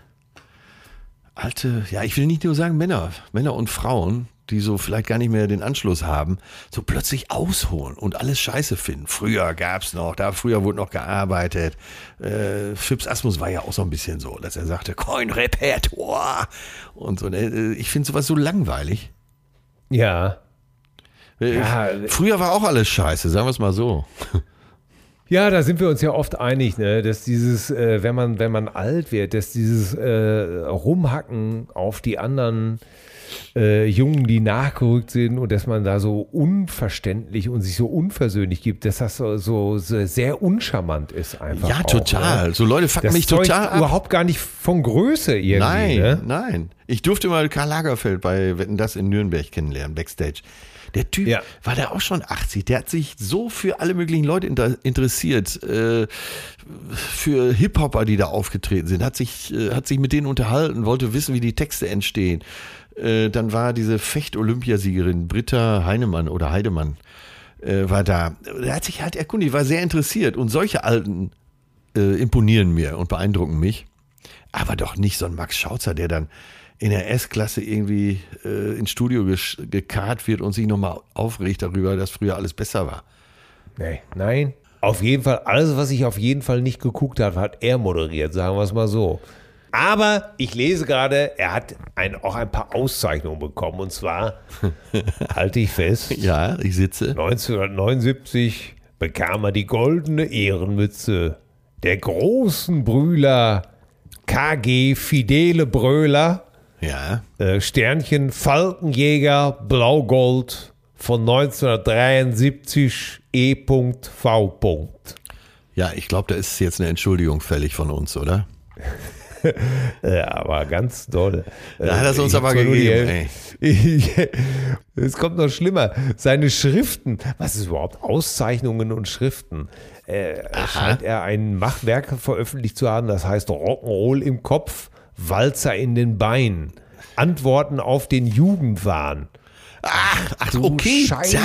ja, ich will nicht nur sagen Männer und Frauen, die so vielleicht gar nicht mehr den Anschluss haben, so plötzlich ausholen und alles scheiße finden. Früher gab's noch, früher wurde noch gearbeitet. Phipps Asmus war ja auch so ein bisschen so, dass er sagte, kein Repertoire und so. Ich finde sowas so langweilig. Ja. Früher war auch alles scheiße, sagen wir es mal so. Ja, da sind wir uns ja oft einig, ne, dass dieses, wenn man alt wird, dass dieses Rumhacken auf die anderen Jungen, die nachgerückt sind und dass man da so unverständlich und sich so unversöhnlich gibt, dass das so sehr uncharmant ist einfach. Ja, auch, total. Ne? So Leute fucken mich total ab. Überhaupt gar nicht von Größe irgendwie. Nein. Ich durfte mal Karl Lagerfeld bei Wetten, das in Nürnberg kennenlernen, Backstage. Der Typ war da auch schon 80. Der hat sich so für alle möglichen Leute interessiert. Für Hip-Hopper, die da aufgetreten sind. Hat sich mit denen unterhalten, wollte wissen, wie die Texte entstehen. Dann war diese Fecht-Olympiasiegerin Britta Heinemann oder Heidemann war da. Der hat sich halt erkundigt, war sehr interessiert. Und solche Alten imponieren mir und beeindrucken mich. Aber doch nicht so ein Max Schautzer, der dann in der S-Klasse irgendwie ins Studio gekarrt wird und sich nochmal aufregt darüber, dass früher alles besser war. Nein. Auf jeden Fall, alles, was ich auf jeden Fall nicht geguckt habe, hat er moderiert, sagen wir es mal so. Aber ich lese gerade, er hat auch ein paar Auszeichnungen bekommen. Und zwar, halte ich fest, ja, ich sitze. 1979 bekam er die goldene Ehrenmütze der großen Brühler KG Fidele Bröler. Ja. Sternchen Falkenjäger Blau-Gold von 1973 E.V. Ja, ich glaube, da ist jetzt eine Entschuldigung fällig von uns, oder? Ja, aber ganz doll. Da hat er es uns aber gegeben. Es kommt noch schlimmer. Seine Schriften, was ist überhaupt Auszeichnungen und Schriften? Scheint er ein Machwerk veröffentlicht zu haben, das heißt Rock'n'Roll im Kopf, Walzer in den Beinen, Antworten auf den Jugendwahn. Ach okay, Scheiße,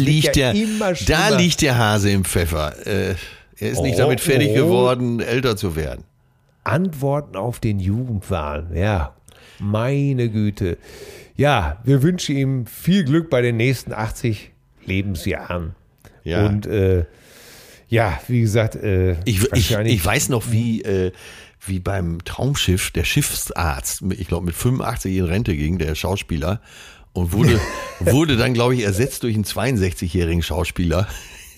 da liegt der Hase im Pfeffer. Er ist nicht damit fertig geworden, älter zu werden. Antworten auf den Jugendwahn, ja, meine Güte. Ja, wir wünschen ihm viel Glück bei den nächsten 80 Lebensjahren. Ja. Und ja, wie gesagt, ich weiß noch, wie beim Traumschiff der Schiffsarzt, ich glaube mit 85 in Rente ging, der Schauspieler, und wurde dann, glaube ich, ersetzt durch einen 62-jährigen Schauspieler.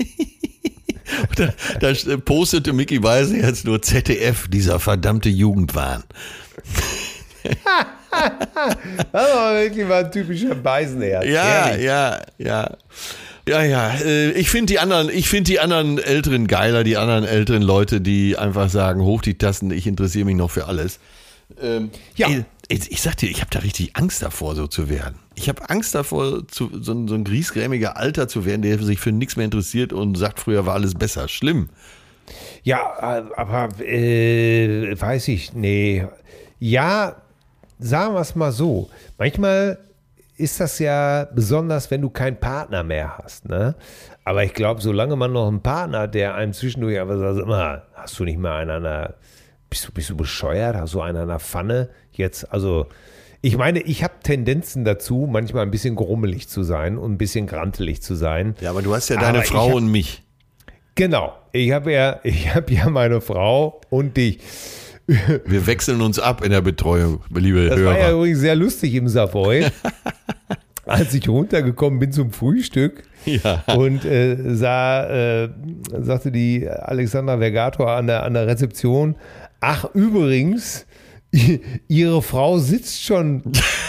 Da postete Micky Weise jetzt nur ZDF, dieser verdammte Jugendwahn. Das war wirklich mal ein typischer Beisenherz. Ja. Ich finde die anderen Älteren geiler, die anderen älteren Leute, die einfach sagen, hoch die Tassen, ich interessiere mich noch für alles. Ich sag dir, ich habe da richtig Angst davor, so zu werden. Ich habe Angst davor, so ein griesgrämiger Alter zu werden, der sich für nichts mehr interessiert und sagt, früher war alles besser. Schlimm. Ja, aber weiß ich, nee. Ja, sagen wir es mal so. Manchmal ist das ja besonders, wenn du keinen Partner mehr hast, ne? Aber ich glaube, solange man noch einen Partner hat, der einem zwischendurch einfach sagt, immer, hast du nicht mal einen an der, bist du bescheuert? Hast du einen an der Pfanne? Jetzt, also, ich meine, ich habe Tendenzen dazu, manchmal ein bisschen grummelig zu sein und ein bisschen grantelig zu sein. Ja, aber du hast ja deine Frau und mich. Genau, ich habe ja meine Frau und dich. Wir wechseln uns ab in der Betreuung, liebe Hörer. Das war ja übrigens sehr lustig im Savoy, als ich runtergekommen bin zum Frühstück und sagte die Alexandra Vergator an der Rezeption, ach übrigens, ihre Frau sitzt schon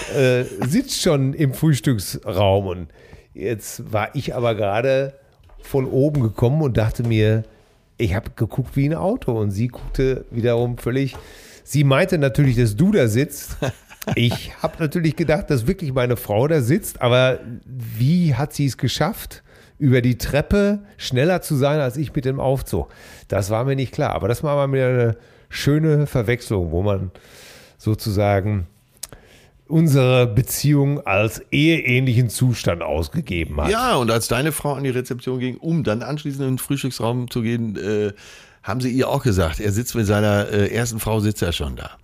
im Frühstücksraum. Und jetzt war ich aber gerade von oben gekommen und dachte mir, ich habe geguckt wie ein Auto und sie guckte wiederum völlig Sie meinte natürlich, dass du da sitzt. Ich habe natürlich gedacht, dass wirklich meine Frau da sitzt, aber wie hat sie es geschafft, über die Treppe schneller zu sein als ich mit dem Aufzug? Das war mir nicht klar, aber das war mal wieder eine schöne Verwechslung, wo man sozusagen unsere Beziehung als eheähnlichen Zustand ausgegeben hat. Ja, und als deine Frau an die Rezeption ging, um dann anschließend in den Frühstücksraum zu gehen, haben sie ihr auch gesagt, er sitzt mit seiner ersten Frau, sitzt er schon da.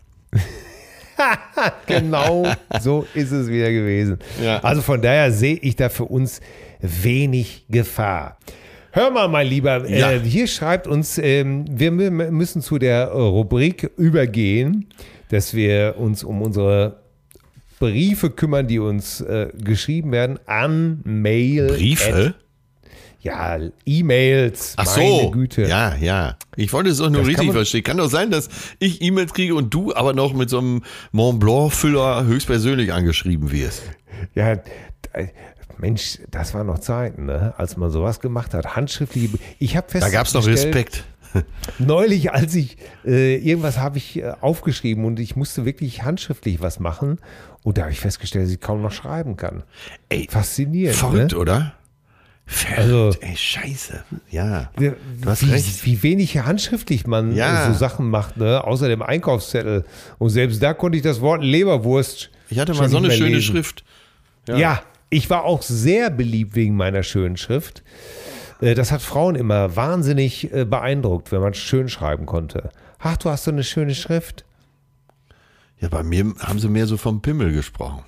Genau, so ist es wieder gewesen. Ja. Also von daher sehe ich da für uns wenig Gefahr. Hör mal, mein Lieber, hier schreibt uns, wir müssen zu der Rubrik übergehen, dass wir uns um unsere Briefe kümmern, die uns geschrieben werden an Mail. Briefe? Ja, E-Mails, Ach meine so, Güte. ja. Ich wollte es auch nur Das richtig kann man- verstehen. Kann doch sein, dass ich E-Mails kriege und du aber noch mit so einem Mont Blanc-Füller höchstpersönlich angeschrieben wirst. Ja, Mensch, das waren noch Zeiten, ne? Als man sowas gemacht hat. Handschriftliche. Ich habe Da gab es noch Respekt. Neulich, als ich irgendwas habe ich aufgeschrieben und ich musste wirklich handschriftlich was machen und da habe ich festgestellt, dass ich kaum noch schreiben kann. Ey, Faszinierend. verrückt, ne? oder? Verrückt, Also- ey, scheiße. Ja, Wie, du hast recht. wie wenig handschriftlich man Ja. so Sachen macht, ne? Außer dem Einkaufszettel. Und selbst da konnte ich das Wort Leberwurst. Ich hatte schon mal so nicht eine mehr schöne lesen. Schrift. Ja, ich war auch sehr beliebt wegen meiner schönen Schrift. Das hat Frauen immer wahnsinnig beeindruckt, wenn man schön schreiben konnte. Ach, du hast so eine schöne Schrift. Ja, bei mir haben sie mehr so vom Pimmel gesprochen.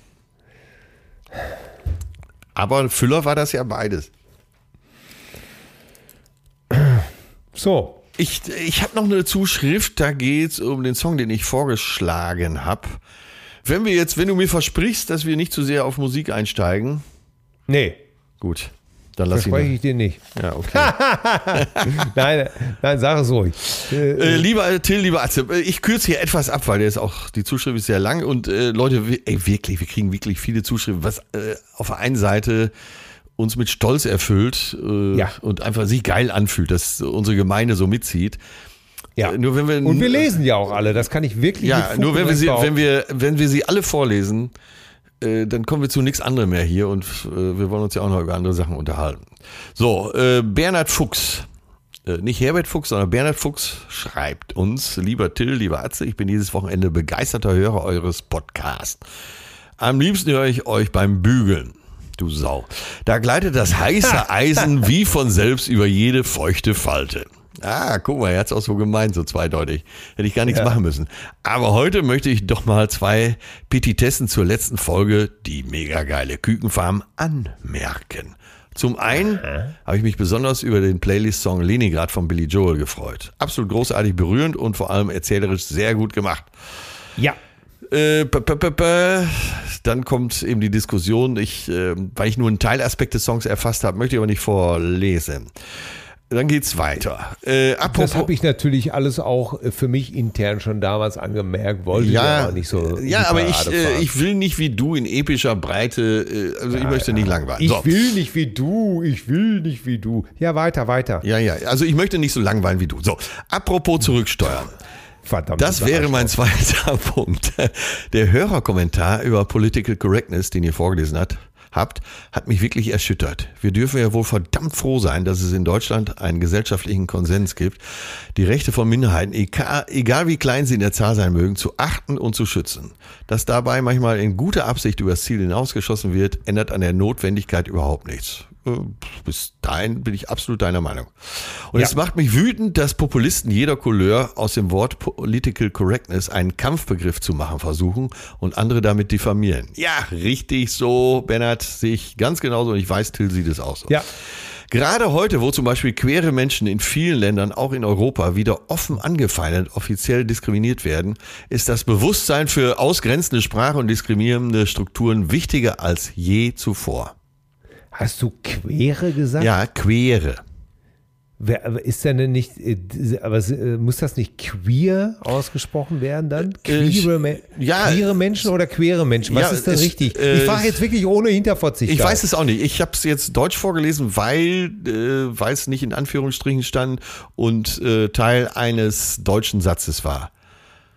Aber Füller war das ja beides. So, Ich habe noch eine Zuschrift, da geht es um den Song, den ich vorgeschlagen habe. Wenn du mir versprichst, dass wir nicht zu sehr auf Musik einsteigen, nee, gut, dann lass ihn. verspreche ich dir nicht. Ja, okay. Nein, sag es ruhig. Lieber Till, lieber Atze, ich kürze hier etwas ab, weil die Zuschrift ist sehr lang und Leute, wir kriegen wirklich viele Zuschriften, was auf der einen Seite uns mit Stolz erfüllt und einfach sich geil anfühlt, dass unsere Gemeinde so mitzieht. Ja. Nur wenn wir, Und wir lesen ja auch alle, das kann ich wirklich ja, mit Fug nur und wenn Recht behaupten. wenn wir sie alle vorlesen, dann kommen wir zu nichts anderem mehr hier und wir wollen uns ja auch noch über andere Sachen unterhalten. So, Bernhard Fuchs, nicht Herbert Fuchs, sondern Bernhard Fuchs schreibt uns, lieber Till, lieber Atze, ich bin dieses Wochenende begeisterter Hörer eures Podcasts. Am liebsten höre ich euch beim Bügeln. Du Sau. Da gleitet das heiße Eisen wie von selbst über jede feuchte Falte. Ah, guck mal, er hat es auch so gemeint, so zweideutig. Hätte ich gar nichts machen müssen. Aber heute möchte ich doch mal 2 Petitessen zur letzten Folge, die mega geile Kükenfarm, anmerken. Zum einen habe ich mich besonders über den Playlist-Song Leningrad von Billy Joel gefreut. Absolut großartig berührend und vor allem erzählerisch sehr gut gemacht. Ja, Dann kommt eben die Diskussion, weil ich nur einen Teilaspekt des Songs erfasst habe, möchte ich aber nicht vorlesen. Dann geht's weiter. das habe ich natürlich alles auch für mich intern schon damals angemerkt, wollte ja, aber nicht so. ja, die aber Parade fahren. ich will nicht wie du in epischer Breite, also ich möchte nicht langweilen. Ich So. will nicht wie du. Ja, weiter. Ja, also ich möchte nicht so langweilen wie du. So, apropos zurücksteuern. Verdammt. Das wäre mein zweiter Punkt. Der Hörerkommentar über Political Correctness, den ihr vorgelesen habt, hat mich wirklich erschüttert. Wir dürfen ja wohl verdammt froh sein, dass es in Deutschland einen gesellschaftlichen Konsens gibt, die Rechte von Minderheiten, egal wie klein sie in der Zahl sein mögen, zu achten und zu schützen. Dass dabei manchmal in guter Absicht übers Ziel hinausgeschossen wird, ändert an der Notwendigkeit überhaupt nichts. Bis dahin bin ich absolut deiner Meinung. Und es macht mich wütend, dass Populisten jeder Couleur aus dem Wort Political Correctness einen Kampfbegriff zu machen versuchen und andere damit diffamieren. Ja, richtig so, Bernhard, sehe ich ganz genauso und ich weiß, Till sieht es auch so. Ja. Gerade heute, wo zum Beispiel queere Menschen in vielen Ländern, auch in Europa, wieder offen angefeindet, offiziell diskriminiert werden, ist das Bewusstsein für ausgrenzende Sprache und diskriminierende Strukturen wichtiger als je zuvor. Hast du Quere gesagt? Ja, queere. Aber ist denn nicht, muss das nicht queer ausgesprochen werden dann? Queere Menschen oder queere Menschen? Was ist denn richtig? Ich frage jetzt wirklich ohne Hinterfotzigkeit. Ich weiß es auch nicht. Ich habe es jetzt deutsch vorgelesen, weil es nicht in Anführungsstrichen stand und Teil eines deutschen Satzes war.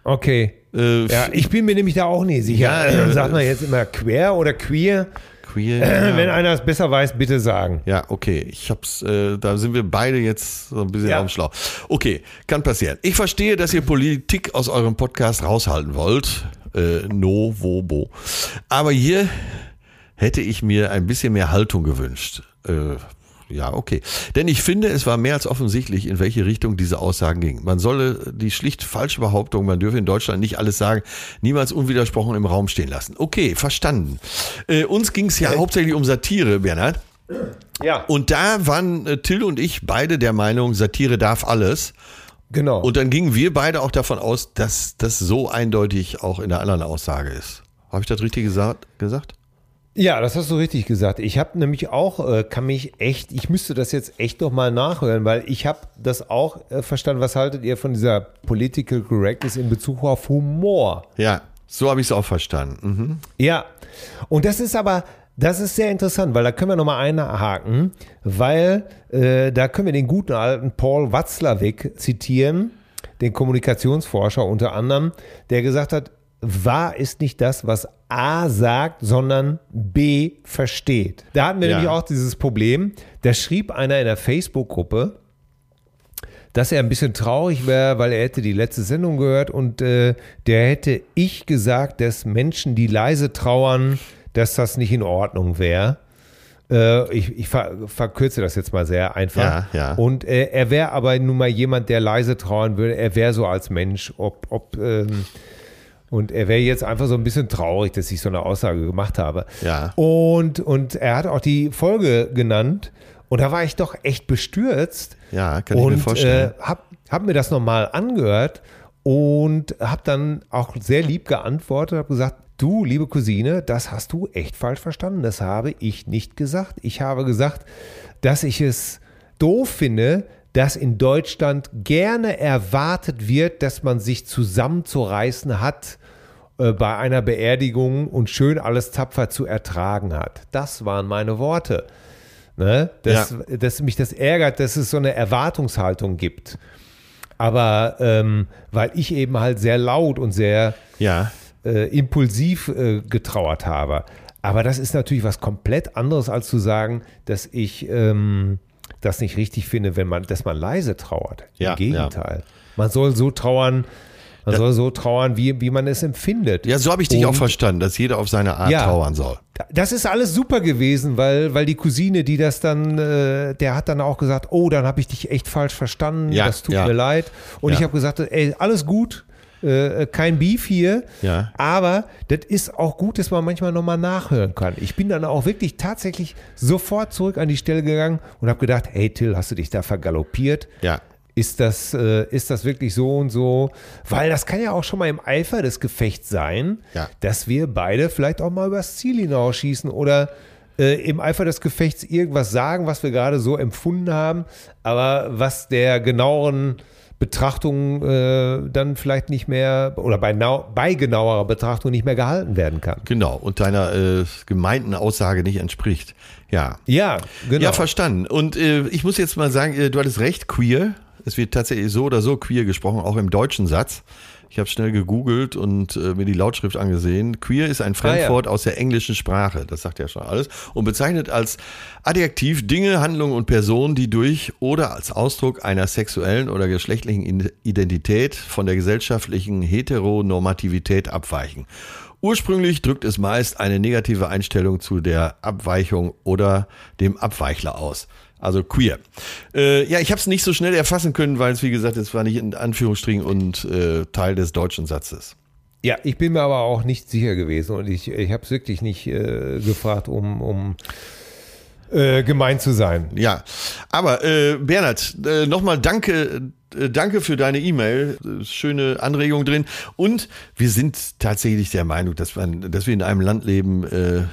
Okay. Ja, ich bin mir nämlich da auch nicht sicher. Sagt man jetzt immer quer oder queer? Queer. Wenn einer es besser weiß, bitte sagen. Ja, okay. Ich hab's, da sind wir beide jetzt so ein bisschen auf dem Schlauch. Okay, kann passieren. Ich verstehe, dass ihr Politik aus eurem Podcast raushalten wollt. No, wo, bo. Aber hier hätte ich mir ein bisschen mehr Haltung gewünscht. Ja, okay. Denn ich finde, es war mehr als offensichtlich, in welche Richtung diese Aussagen gingen. Man solle die schlicht falsche Behauptung, man dürfe in Deutschland nicht alles sagen, niemals unwidersprochen im Raum stehen lassen. Okay, verstanden. Uns ging es ja hauptsächlich um Satire, Bernhard. Ja. Und da waren Till und ich beide der Meinung, Satire darf alles. Genau. Und dann gingen wir beide auch davon aus, dass das so eindeutig auch in der anderen Aussage ist. Habe ich das richtig gesagt? Ja, das hast du richtig gesagt. Ich habe nämlich auch, ich müsste das jetzt echt noch mal nachhören, weil ich habe das auch verstanden. Was haltet ihr von dieser Political Correctness in Bezug auf Humor? Ja, so habe ich es auch verstanden. Mhm. Ja, und das ist sehr interessant, weil da können wir noch mal einhaken, weil da können wir den guten alten Paul Watzlawick zitieren, den Kommunikationsforscher unter anderem, der gesagt hat, wahr ist nicht das, was A sagt, sondern B versteht. Da hatten wir nämlich auch dieses Problem. Da schrieb einer in der Facebook-Gruppe, dass er ein bisschen traurig wäre, weil er hätte die letzte Sendung gehört und der hätte ich gesagt, dass Menschen, die leise trauern, dass das nicht in Ordnung wäre. Ich verkürze das jetzt mal sehr einfach. Ja. Und er wäre aber nun mal jemand, der leise trauern würde. Er wäre so als Mensch, und er wäre jetzt einfach so ein bisschen traurig, dass ich so eine Aussage gemacht habe. Ja. Und er hat auch die Folge genannt. Und da war ich doch echt bestürzt. Ja, kann ich mir vorstellen. Und hab mir das nochmal angehört und habe dann auch sehr lieb geantwortet, habe gesagt, du, liebe Cousine, das hast du echt falsch verstanden. Das habe ich nicht gesagt. Ich habe gesagt, dass ich es doof finde, dass in Deutschland gerne erwartet wird, dass man sich zusammenzureißen hat bei einer Beerdigung und schön alles tapfer zu ertragen hat. Das waren meine Worte. Ne? Dass mich das ärgert, dass es so eine Erwartungshaltung gibt. Aber weil ich eben halt sehr laut und sehr impulsiv getrauert habe. Aber das ist natürlich was komplett anderes, als zu sagen, dass ich das nicht richtig finde, dass man leise trauert. Im Gegenteil. Ja. Man soll so trauern, wie man es empfindet. Ja, so habe ich dich auch verstanden, dass jeder auf seine Art trauern soll. Das ist alles super gewesen, weil die Cousine, die das dann, der hat dann auch gesagt, oh, dann habe ich dich echt falsch verstanden, das tut mir leid. Und ich habe gesagt, ey, alles gut. Kein Beef hier, aber das ist auch gut, dass man manchmal nochmal nachhören kann. Ich bin dann auch wirklich tatsächlich sofort zurück an die Stelle gegangen und habe gedacht, hey Till, hast du dich da vergaloppiert? Ja. Ist das wirklich so und so? Weil das kann ja auch schon mal im Eifer des Gefechts sein, dass wir beide vielleicht auch mal übers Ziel hinausschießen oder im Eifer des Gefechts irgendwas sagen, was wir gerade so empfunden haben, aber was der genaueren Betrachtung dann vielleicht nicht mehr oder bei genauerer Betrachtung nicht mehr gehalten werden kann. Genau, und deiner gemeinten Aussage nicht entspricht. Ja, genau. Ja, verstanden. Und ich muss jetzt mal sagen, du hattest recht, queer. Es wird tatsächlich so oder so queer gesprochen, auch im deutschen Satz. Ich habe schnell gegoogelt und mir die Lautschrift angesehen. Queer ist ein Fremdwort aus der englischen Sprache, das sagt ja schon alles, und bezeichnet als Adjektiv Dinge, Handlungen und Personen, die durch oder als Ausdruck einer sexuellen oder geschlechtlichen Identität von der gesellschaftlichen Heteronormativität abweichen. Ursprünglich drückt es meist eine negative Einstellung zu der Abweichung oder dem Abweichler aus. Also queer. Ich habe es nicht so schnell erfassen können, weil es, wie gesagt, es war nicht in Anführungsstrichen und Teil des deutschen Satzes. Ja, ich bin mir aber auch nicht sicher gewesen und ich habe es wirklich nicht gefragt, um gemein zu sein. Ja, aber Bernhard, nochmal danke für deine E-Mail, schöne Anregung drin. Und wir sind tatsächlich der Meinung, dass wir in einem Land leben,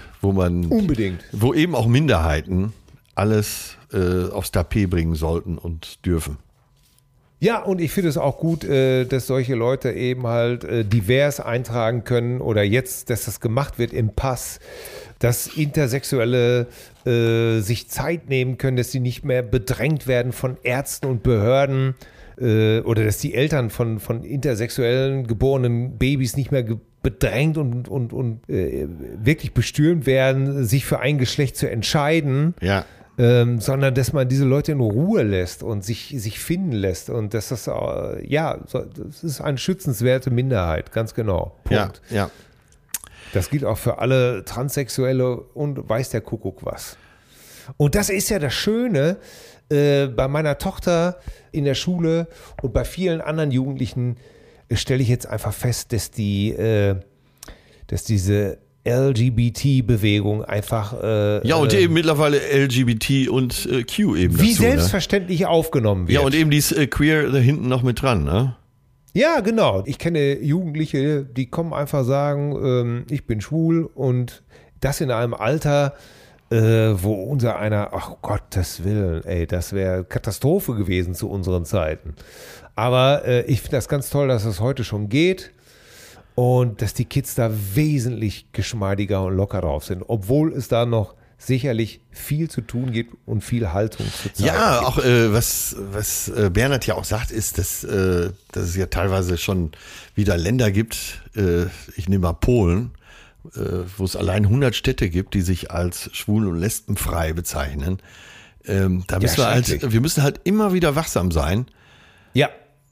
wo eben auch Minderheiten alles aufs Tapet bringen sollten und dürfen. Ja, und ich finde es auch gut, dass solche Leute eben halt divers eintragen können oder jetzt, dass das gemacht wird im Pass, dass Intersexuelle sich Zeit nehmen können, dass sie nicht mehr bedrängt werden von Ärzten und Behörden, oder dass die Eltern von intersexuellen geborenen Babys nicht mehr bedrängt und wirklich bestürmt werden, sich für ein Geschlecht zu entscheiden. Ja. Sondern dass man diese Leute in Ruhe lässt und sich finden lässt und dass das, das ist eine schützenswerte Minderheit, ganz genau. Punkt. Ja. Das gilt auch für alle Transsexuelle und weiß der Kuckuck was. Und das ist ja das Schöne bei meiner Tochter in der Schule und bei vielen anderen Jugendlichen stelle ich jetzt einfach fest, dass diese LGBT-Bewegung einfach und eben mittlerweile LGBT und Q eben wie dazu, selbstverständlich aufgenommen wird. Ja, und eben dieses Queer da hinten noch mit dran, ne? Ja, genau. Ich kenne Jugendliche, die kommen einfach sagen, ich bin schwul und das in einem Alter, wo unser einer, ach Gottes Willen, ey, das wäre Katastrophe gewesen zu unseren Zeiten. Aber ich finde das ganz toll, dass es heute schon geht. Und dass die Kids da wesentlich geschmeidiger und locker drauf sind, obwohl es da noch sicherlich viel zu tun gibt und viel Haltung zu zeigen. Ja, auch was Bernhard ja auch sagt, ist, dass es ja teilweise schon wieder Länder gibt, ich nehme mal Polen, wo es allein 100 Städte gibt, die sich als schwul- und lesbenfrei bezeichnen. Da müssen wir müssen halt immer wieder wachsam sein. Ja.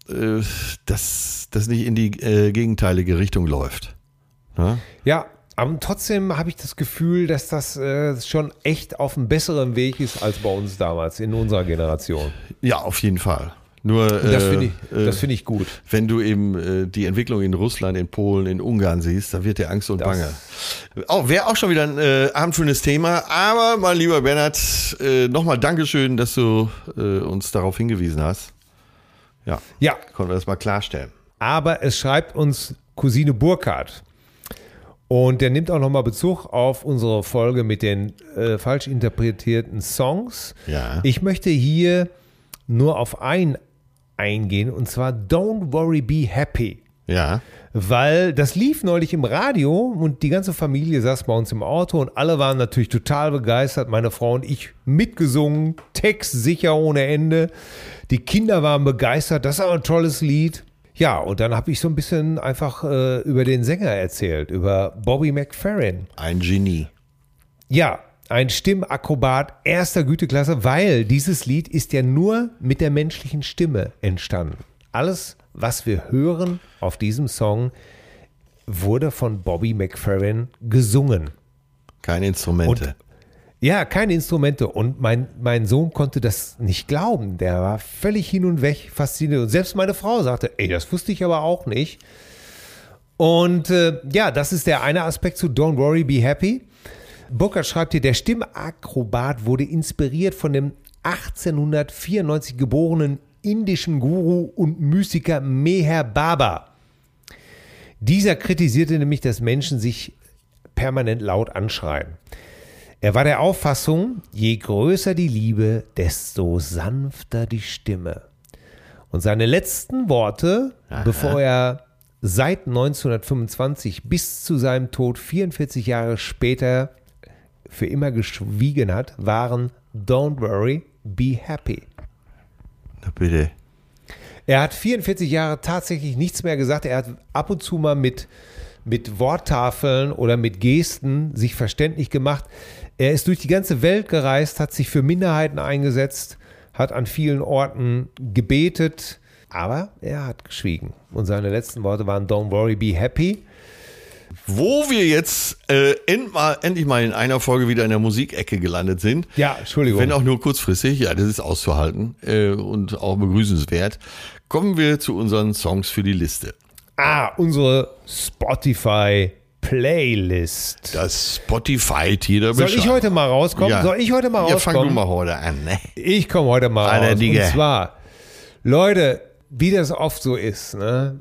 Dass das nicht in die gegenteilige Richtung läuft. Ne? Ja, aber trotzdem habe ich das Gefühl, dass das schon echt auf einem besseren Weg ist als bei uns damals, in unserer Generation. Ja, auf jeden Fall. Nur das finde ich gut. Wenn du eben die Entwicklung in Russland, in Polen, in Ungarn siehst, da wird dir Angst und Bange. Wäre auch schon wieder ein abendschönes Thema. Aber mein lieber Bernhard, nochmal Dankeschön, dass du uns darauf hingewiesen hast. Ja, konnten wir das mal klarstellen. Aber es schreibt uns Cousine Burkhardt. Und der nimmt auch nochmal Bezug auf unsere Folge mit den falsch interpretierten Songs. Ja. Ich möchte hier nur auf einen eingehen, und zwar Don't Worry, Be Happy. Ja. Weil das lief neulich im Radio und die ganze Familie saß bei uns im Auto und alle waren natürlich total begeistert. Meine Frau und ich mitgesungen, Text sicher ohne Ende. Die Kinder waren begeistert, das ist aber ein tolles Lied. Ja, und dann habe ich so ein bisschen einfach über den Sänger erzählt, über Bobby McFerrin. Ein Genie. Ja, ein Stimmakrobat erster Güteklasse, weil dieses Lied ist ja nur mit der menschlichen Stimme entstanden. Alles, was wir hören auf diesem Song, wurde von Bobby McFerrin gesungen. Keine Instrumente. Ja, keine Instrumente. Und mein Sohn konnte das nicht glauben. Der war völlig hin und weg, fasziniert. Und selbst meine Frau sagte, ey, das wusste ich aber auch nicht. Und das ist der eine Aspekt zu Don't Worry, Be Happy. Burkhardt schreibt hier, der Stimmakrobat wurde inspiriert von dem 1894 geborenen indischen Guru und Mystiker Meher Baba. Dieser kritisierte nämlich, dass Menschen sich permanent laut anschreien. Er war der Auffassung, je größer die Liebe, desto sanfter die Stimme. Und seine letzten Worte, bevor er seit 1925 bis zu seinem Tod 44 Jahre später für immer geschwiegen hat, waren Don't worry, be happy. Na bitte. Er hat 44 Jahre tatsächlich nichts mehr gesagt. Er hat ab und zu mal mit Worttafeln oder mit Gesten sich verständlich gemacht. Er ist durch die ganze Welt gereist, hat sich für Minderheiten eingesetzt, hat an vielen Orten gebetet, aber er hat geschwiegen. Und seine letzten Worte waren Don't worry, be happy. Wo wir jetzt endlich mal in einer Folge wieder in der Musikecke gelandet sind. Ja, Entschuldigung. Wenn auch nur kurzfristig, ja, das ist auszuhalten und auch begrüßenswert. Kommen wir zu unseren Songs für die Liste. Unsere Spotify-Playlist. Das Spotify-Tier der Soll ich heute mal rauskommen? Ja. Soll ich heute mal rauskommen? Ja, fang du mal heute an. Ne? Ich komme heute mal Alter, raus. Digga. Und zwar, Leute, wie das oft so ist, ne?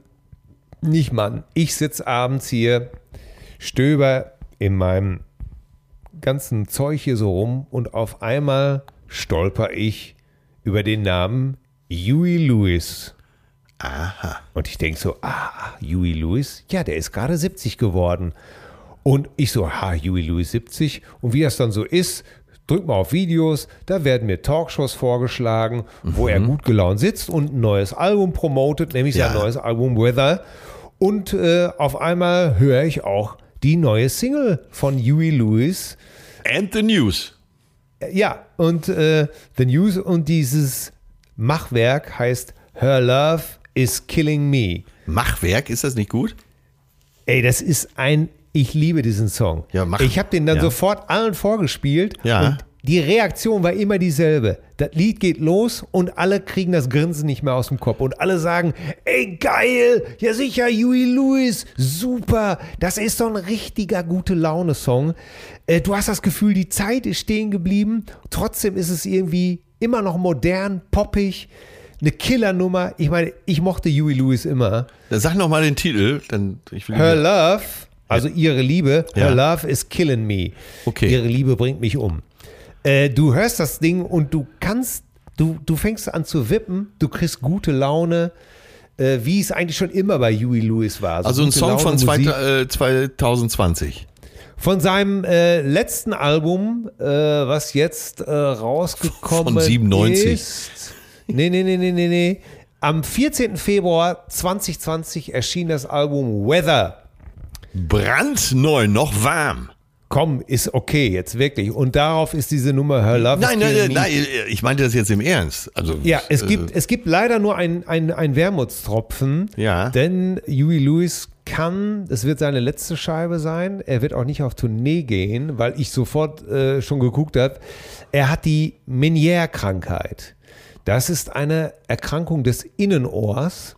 Ich sitze abends hier, stöber in meinem ganzen Zeug hier so rum und auf einmal stolper ich über den Namen Huey Lewis. Aha. Und ich denke so, Huey Lewis, ja, der ist gerade 70 geworden. Und ich so, Huey Lewis 70. Und wie das dann so ist, drück mal auf Videos, da werden mir Talkshows vorgeschlagen, wo er gut gelaunt sitzt und ein neues Album promotet, nämlich sein neues Album Weather. Und auf einmal höre ich auch die neue Single von Huey Lewis. And the News. Ja, und The News und dieses Machwerk heißt Her Love is Killing Me. Machwerk, ist das nicht gut? Ey, das ist ich liebe diesen Song. Ja, ich habe den dann sofort allen vorgespielt und die Reaktion war immer dieselbe. Das Lied geht los und alle kriegen das Grinsen nicht mehr aus dem Kopf. Und alle sagen, ey geil, ja sicher, Huey Lewis, super. Das ist doch ein richtiger Gute-Laune-Song. Du hast das Gefühl, die Zeit ist stehen geblieben. Trotzdem ist es irgendwie immer noch modern, poppig. Eine Killernummer. Ich meine, ich mochte Huey Lewis immer. Dann sag noch mal den Titel. Her Love, also ihre Liebe, Her Love is Killing Me. Okay. Ihre Liebe bringt mich um. Du hörst das Ding und du fängst an zu wippen, du kriegst gute Laune, wie es eigentlich schon immer bei Huey Lewis war. Also ein Song von 2020. Von seinem letzten Album, was jetzt rausgekommen von 97. ist. Nee. Am 14. Februar 2020 erschien das Album Weather. Brandneu, noch warm. Komm, ist okay, jetzt wirklich. Und darauf ist diese Nummer Her Love. Nein, ich meinte das jetzt im Ernst. Also, ja, es gibt leider nur ein Wermutstropfen, denn Huey Lewis das wird seine letzte Scheibe sein. Er wird auch nicht auf Tournee gehen, weil ich sofort schon geguckt habe. Er hat die Meniere-Krankheit. Das ist eine Erkrankung des Innenohrs,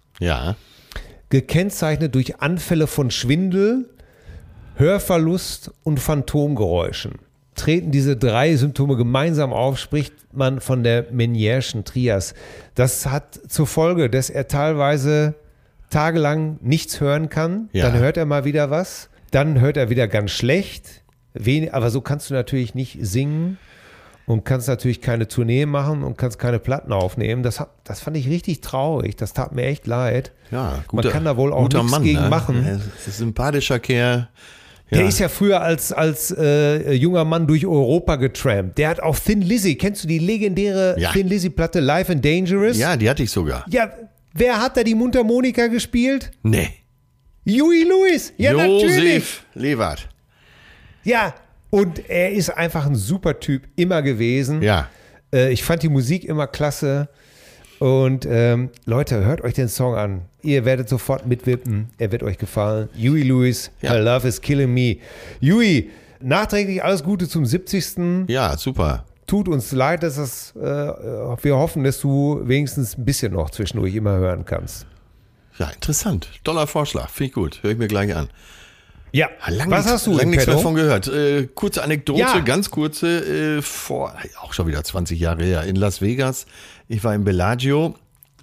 gekennzeichnet durch Anfälle von Schwindel, Hörverlust und Phantomgeräuschen. Treten diese 3 Symptome gemeinsam auf, spricht man von der Menierschen Trias. Das hat zur Folge, dass er teilweise tagelang nichts hören kann. Dann hört er mal wieder was. Dann hört er wieder ganz schlecht. Aber so kannst du natürlich nicht singen und kannst natürlich keine Tournee machen und kannst keine Platten aufnehmen. Das fand ich richtig traurig. Das tat mir echt leid. Ja, man kann da wohl auch nichts Mann, gegen ne? machen. Er ist ein sympathischer Kerl. Der ist ja früher als junger Mann durch Europa getrampt. Der hat auch Thin Lizzy, kennst du die legendäre Thin Lizzy-Platte Live and Dangerous? Ja, die hatte ich sogar. Ja, wer hat da die Mundharmonika gespielt? Nee. Huey Lewis, ja natürlich. Josef Lewart. Ja, und er ist einfach ein super Typ, immer gewesen. Ja. Ich fand die Musik immer klasse. Und Leute, hört euch den Song an. Ihr werdet sofort mitwippen. Er wird euch gefallen. Huey Lewis, Her Love is Killing Me. Huey, nachträglich alles Gute zum 70. Ja, super. Tut uns leid, dass wir hoffen, dass du wenigstens ein bisschen noch zwischendurch immer hören kannst. Ja, interessant. Toller Vorschlag. Finde ich gut. Höre ich mir gleich an. Ja, was hast du lange nichts mehr davon gehört. Kurze Anekdote, ganz kurze, auch schon wieder 20 Jahre her, in Las Vegas. Ich war im Bellagio.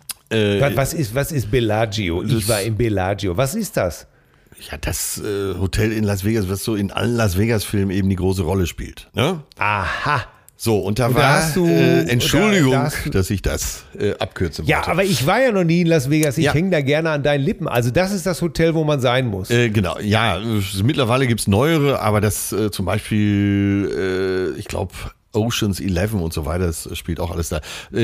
Was ist Bellagio? Ich war im Bellagio. Was ist das? Ja, das Hotel in Las Vegas, was so in allen Las Vegas-Filmen eben die große Rolle spielt. Ne? Aha. So, und da war Entschuldigung, dass ich das abkürzen wollte. Ja, aber ich war ja noch nie in Las Vegas. Ich hänge da gerne an deinen Lippen. Also das ist das Hotel, wo man sein muss. Genau, ja. Mittlerweile gibt es neuere, aber das zum Beispiel, ich glaube, Ocean's 11 und so weiter, das spielt auch alles da.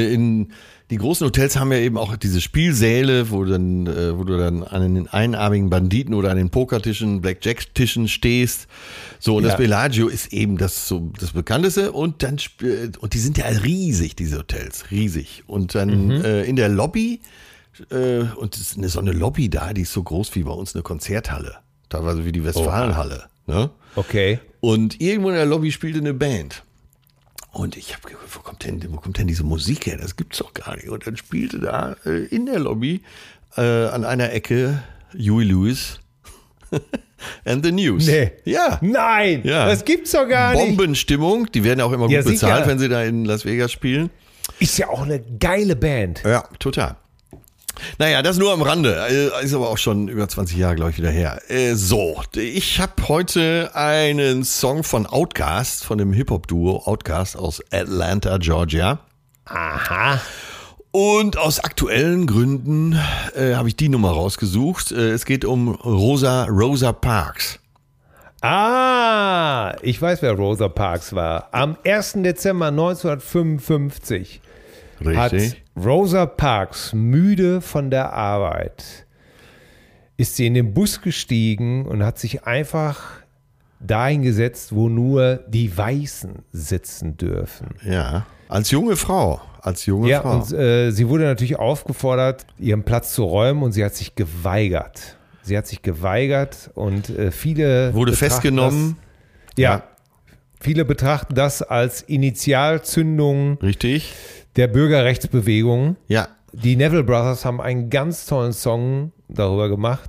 Die großen Hotels haben ja eben auch diese Spielsäle, wo du dann an den einarmigen Banditen oder an den Pokertischen, Blackjack-Tischen stehst. So, und das Bellagio ist eben das Bekannteste. Und die sind ja riesig, diese Hotels, riesig. Und dann in der Lobby, und es ist so eine Lobby da, die ist so groß wie bei uns eine Konzerthalle. Teilweise wie die Westfalenhalle. Ne? Okay. Und irgendwo in der Lobby spielte eine Band. Und ich habe gedacht, wo kommt denn diese Musik her? Das gibt's doch gar nicht. Und dann spielte da in der Lobby an einer Ecke Huey Lewis and the News. Nee. Ja. Nein, das gibt's doch gar nicht. Bombenstimmung. Die werden auch immer gut bezahlt, wenn sie da in Las Vegas spielen. Ist ja auch eine geile Band. Ja, total. Naja, das nur am Rande. Ist aber auch schon über 20 Jahre, glaube ich, wieder her. Ich habe heute einen Song von Outkast, von dem Hip-Hop-Duo Outkast aus Atlanta, Georgia. Aha. Und aus aktuellen Gründen habe ich die Nummer rausgesucht. Es geht um Rosa Parks. Ich weiß, wer Rosa Parks war. Am 1. Dezember 1955 hat Rosa Parks, müde von der Arbeit, ist sie in den Bus gestiegen und hat sich einfach dahin gesetzt, wo nur die Weißen sitzen dürfen. Ja, als junge Frau. Ja, Frau. Und sie wurde natürlich aufgefordert, ihren Platz zu räumen, und sie hat sich geweigert. Und viele wurde festgenommen. Viele betrachten das als Initialzündung Richtig. der Bürgerrechtsbewegung. Ja. Die Neville Brothers haben einen ganz tollen Song darüber gemacht.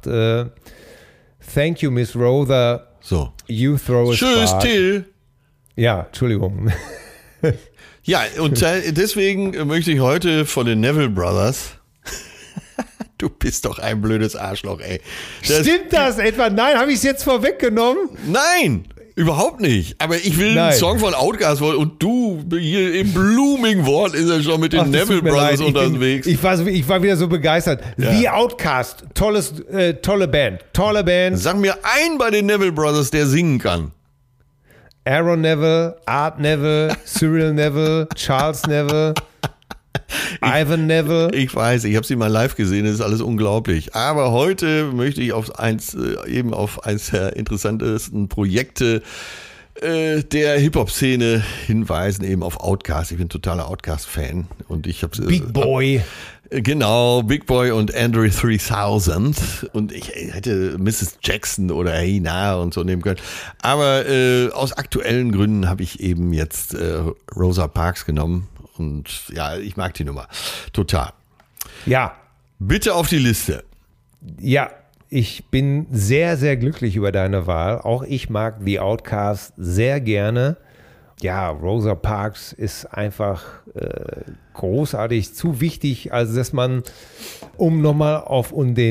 Thank you, Miss Rother. So. You throw a Tschüss, spark. Till. Ja, Entschuldigung. Ja, und deswegen möchte ich heute von den Neville Brothers. Du bist doch ein blödes Arschloch, ey. Stimmt das etwa? Nein, habe ich es jetzt vorweggenommen? Nein, überhaupt nicht. Aber ich will einen Song von Outkast wollen, und du hier im Blooming Wort ist er schon mit den Neville Brothers unterwegs. Ich war wieder so begeistert. Ja. The Outkast, tolle Band. Sag mir einen bei den Neville Brothers, der singen kann. Aaron Neville, Art Neville, Cyril Neville, Charles Neville, Ivan Neville. Ich weiß, ich habe sie mal live gesehen, das ist alles unglaublich. Aber heute möchte ich auf eins der interessantesten Projekte der Hip-Hop-Szene hinweisen, eben auf Outkast. Ich bin totaler Outkast-Fan. Und ich habe Big Boy. Genau, Big Boy und Andre 3000. Und ich hätte Mrs. Jackson oder Hey Na und so nehmen können. Aber aus aktuellen Gründen habe ich eben jetzt Rosa Parks genommen. Und ja, ich mag die Nummer. Total. Ja. Bitte auf die Liste. Ja, ich bin sehr, sehr glücklich über deine Wahl. Auch ich mag The Outkast sehr gerne. Ja, Rosa Parks ist einfach großartig, zu wichtig, also dass man, um nochmal auf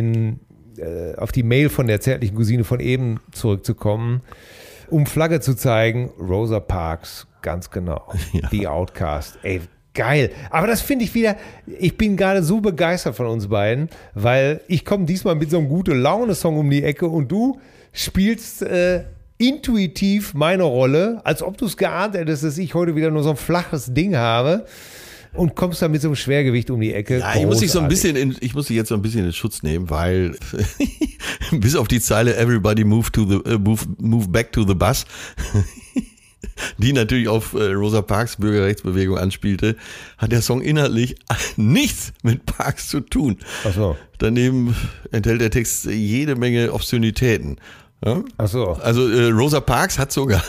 die Mail von der zärtlichen Cousine von eben zurückzukommen, um Flagge zu zeigen, Rosa Parks, ganz genau, ja. The Outkast, ey, geil. Aber das finde ich wieder, ich bin gerade so begeistert von uns beiden, weil ich komme diesmal mit so einem Gute-Laune-Song um die Ecke und du spielst intuitiv meine Rolle, als ob du es geahnt hättest, dass ich heute wieder nur so ein flaches Ding habe. Und kommst dann mit so einem Schwergewicht um die Ecke. Ja, ich muss dich jetzt so ein bisschen in Schutz nehmen, weil bis auf die Zeile Everybody move back to the bus, die natürlich auf Rosa Parks Bürgerrechtsbewegung anspielte, hat der Song inhaltlich nichts mit Parks zu tun. Ach so. Daneben enthält der Text jede Menge Obszönitäten. Ja? Ach so. Also Rosa Parks hat sogar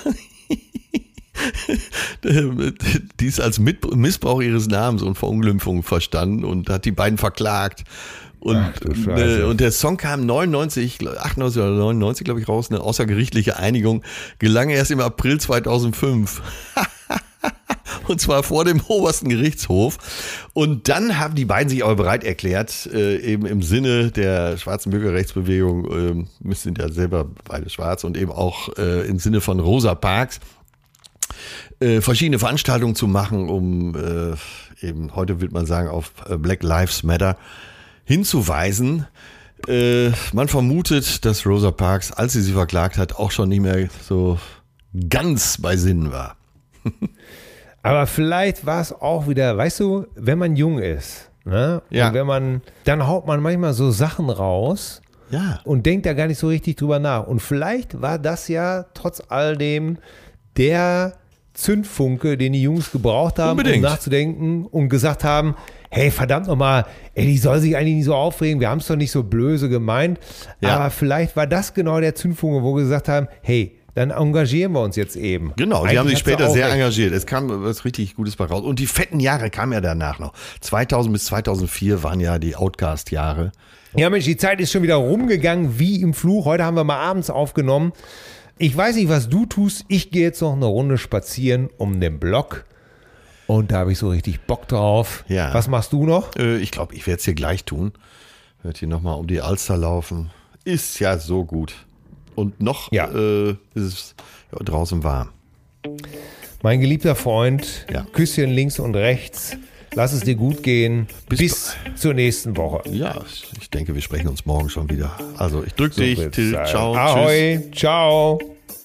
dies als Missbrauch ihres Namens und Verunglimpfung verstanden und hat die beiden verklagt. Und, und der Song kam 98 oder 99, glaube ich, raus. Eine außergerichtliche Einigung gelang erst im April 2005. Und zwar vor dem obersten Gerichtshof. Und dann haben die beiden sich aber bereit erklärt, eben im Sinne der schwarzen Bürgerrechtsbewegung, sind ja selber beide schwarz, und eben auch im Sinne von Rosa Parks, verschiedene Veranstaltungen zu machen, um eben, heute würde man sagen, auf Black Lives Matter hinzuweisen. Man vermutet, dass Rosa Parks, als sie verklagt hat, auch schon nicht mehr so ganz bei Sinnen war. Aber vielleicht war es auch wieder, weißt du, wenn man jung ist, ne? Ja. Und dann haut man manchmal so Sachen raus, ja, und denkt da gar nicht so richtig drüber nach. Und vielleicht war das ja trotz all dem der Zündfunke, den die Jungs gebraucht haben, unbedingt, um nachzudenken und gesagt haben, hey, verdammt nochmal, die soll sich eigentlich nicht so aufregen, wir haben es doch nicht so blöse gemeint. Ja. Aber vielleicht war das genau der Zündfunke, wo wir gesagt haben, hey, dann engagieren wir uns jetzt eben. Genau, die haben sich später sehr engagiert. Es kam was richtig Gutes bei raus. Und die fetten Jahre kamen ja danach noch. 2000 bis 2004 waren ja die Outkast-Jahre. Ja Mensch, die Zeit ist schon wieder rumgegangen wie im Fluch. Heute haben wir mal abends aufgenommen. Ich weiß nicht, was du tust. Ich gehe jetzt noch eine Runde spazieren um den Block. Und da habe ich so richtig Bock drauf. Ja. Was machst du noch? Ich glaube, ich werde es hier gleich tun. Ich werde hier nochmal um die Alster laufen. Ist ja so gut. Und noch ist es draußen warm. Mein geliebter Freund, ja. Küsschen links und rechts. Lass es dir gut gehen. Bis zur nächsten Woche. Ja, ich denke, wir sprechen uns morgen schon wieder. Also, ich drücke dich. Till, ciao. Ahoi, tschüss. Ciao.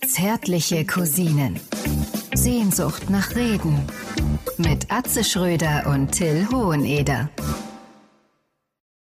Zärtliche Cousinen. Sehnsucht nach Reden. Mit Atze Schröder und Till Hoheneder.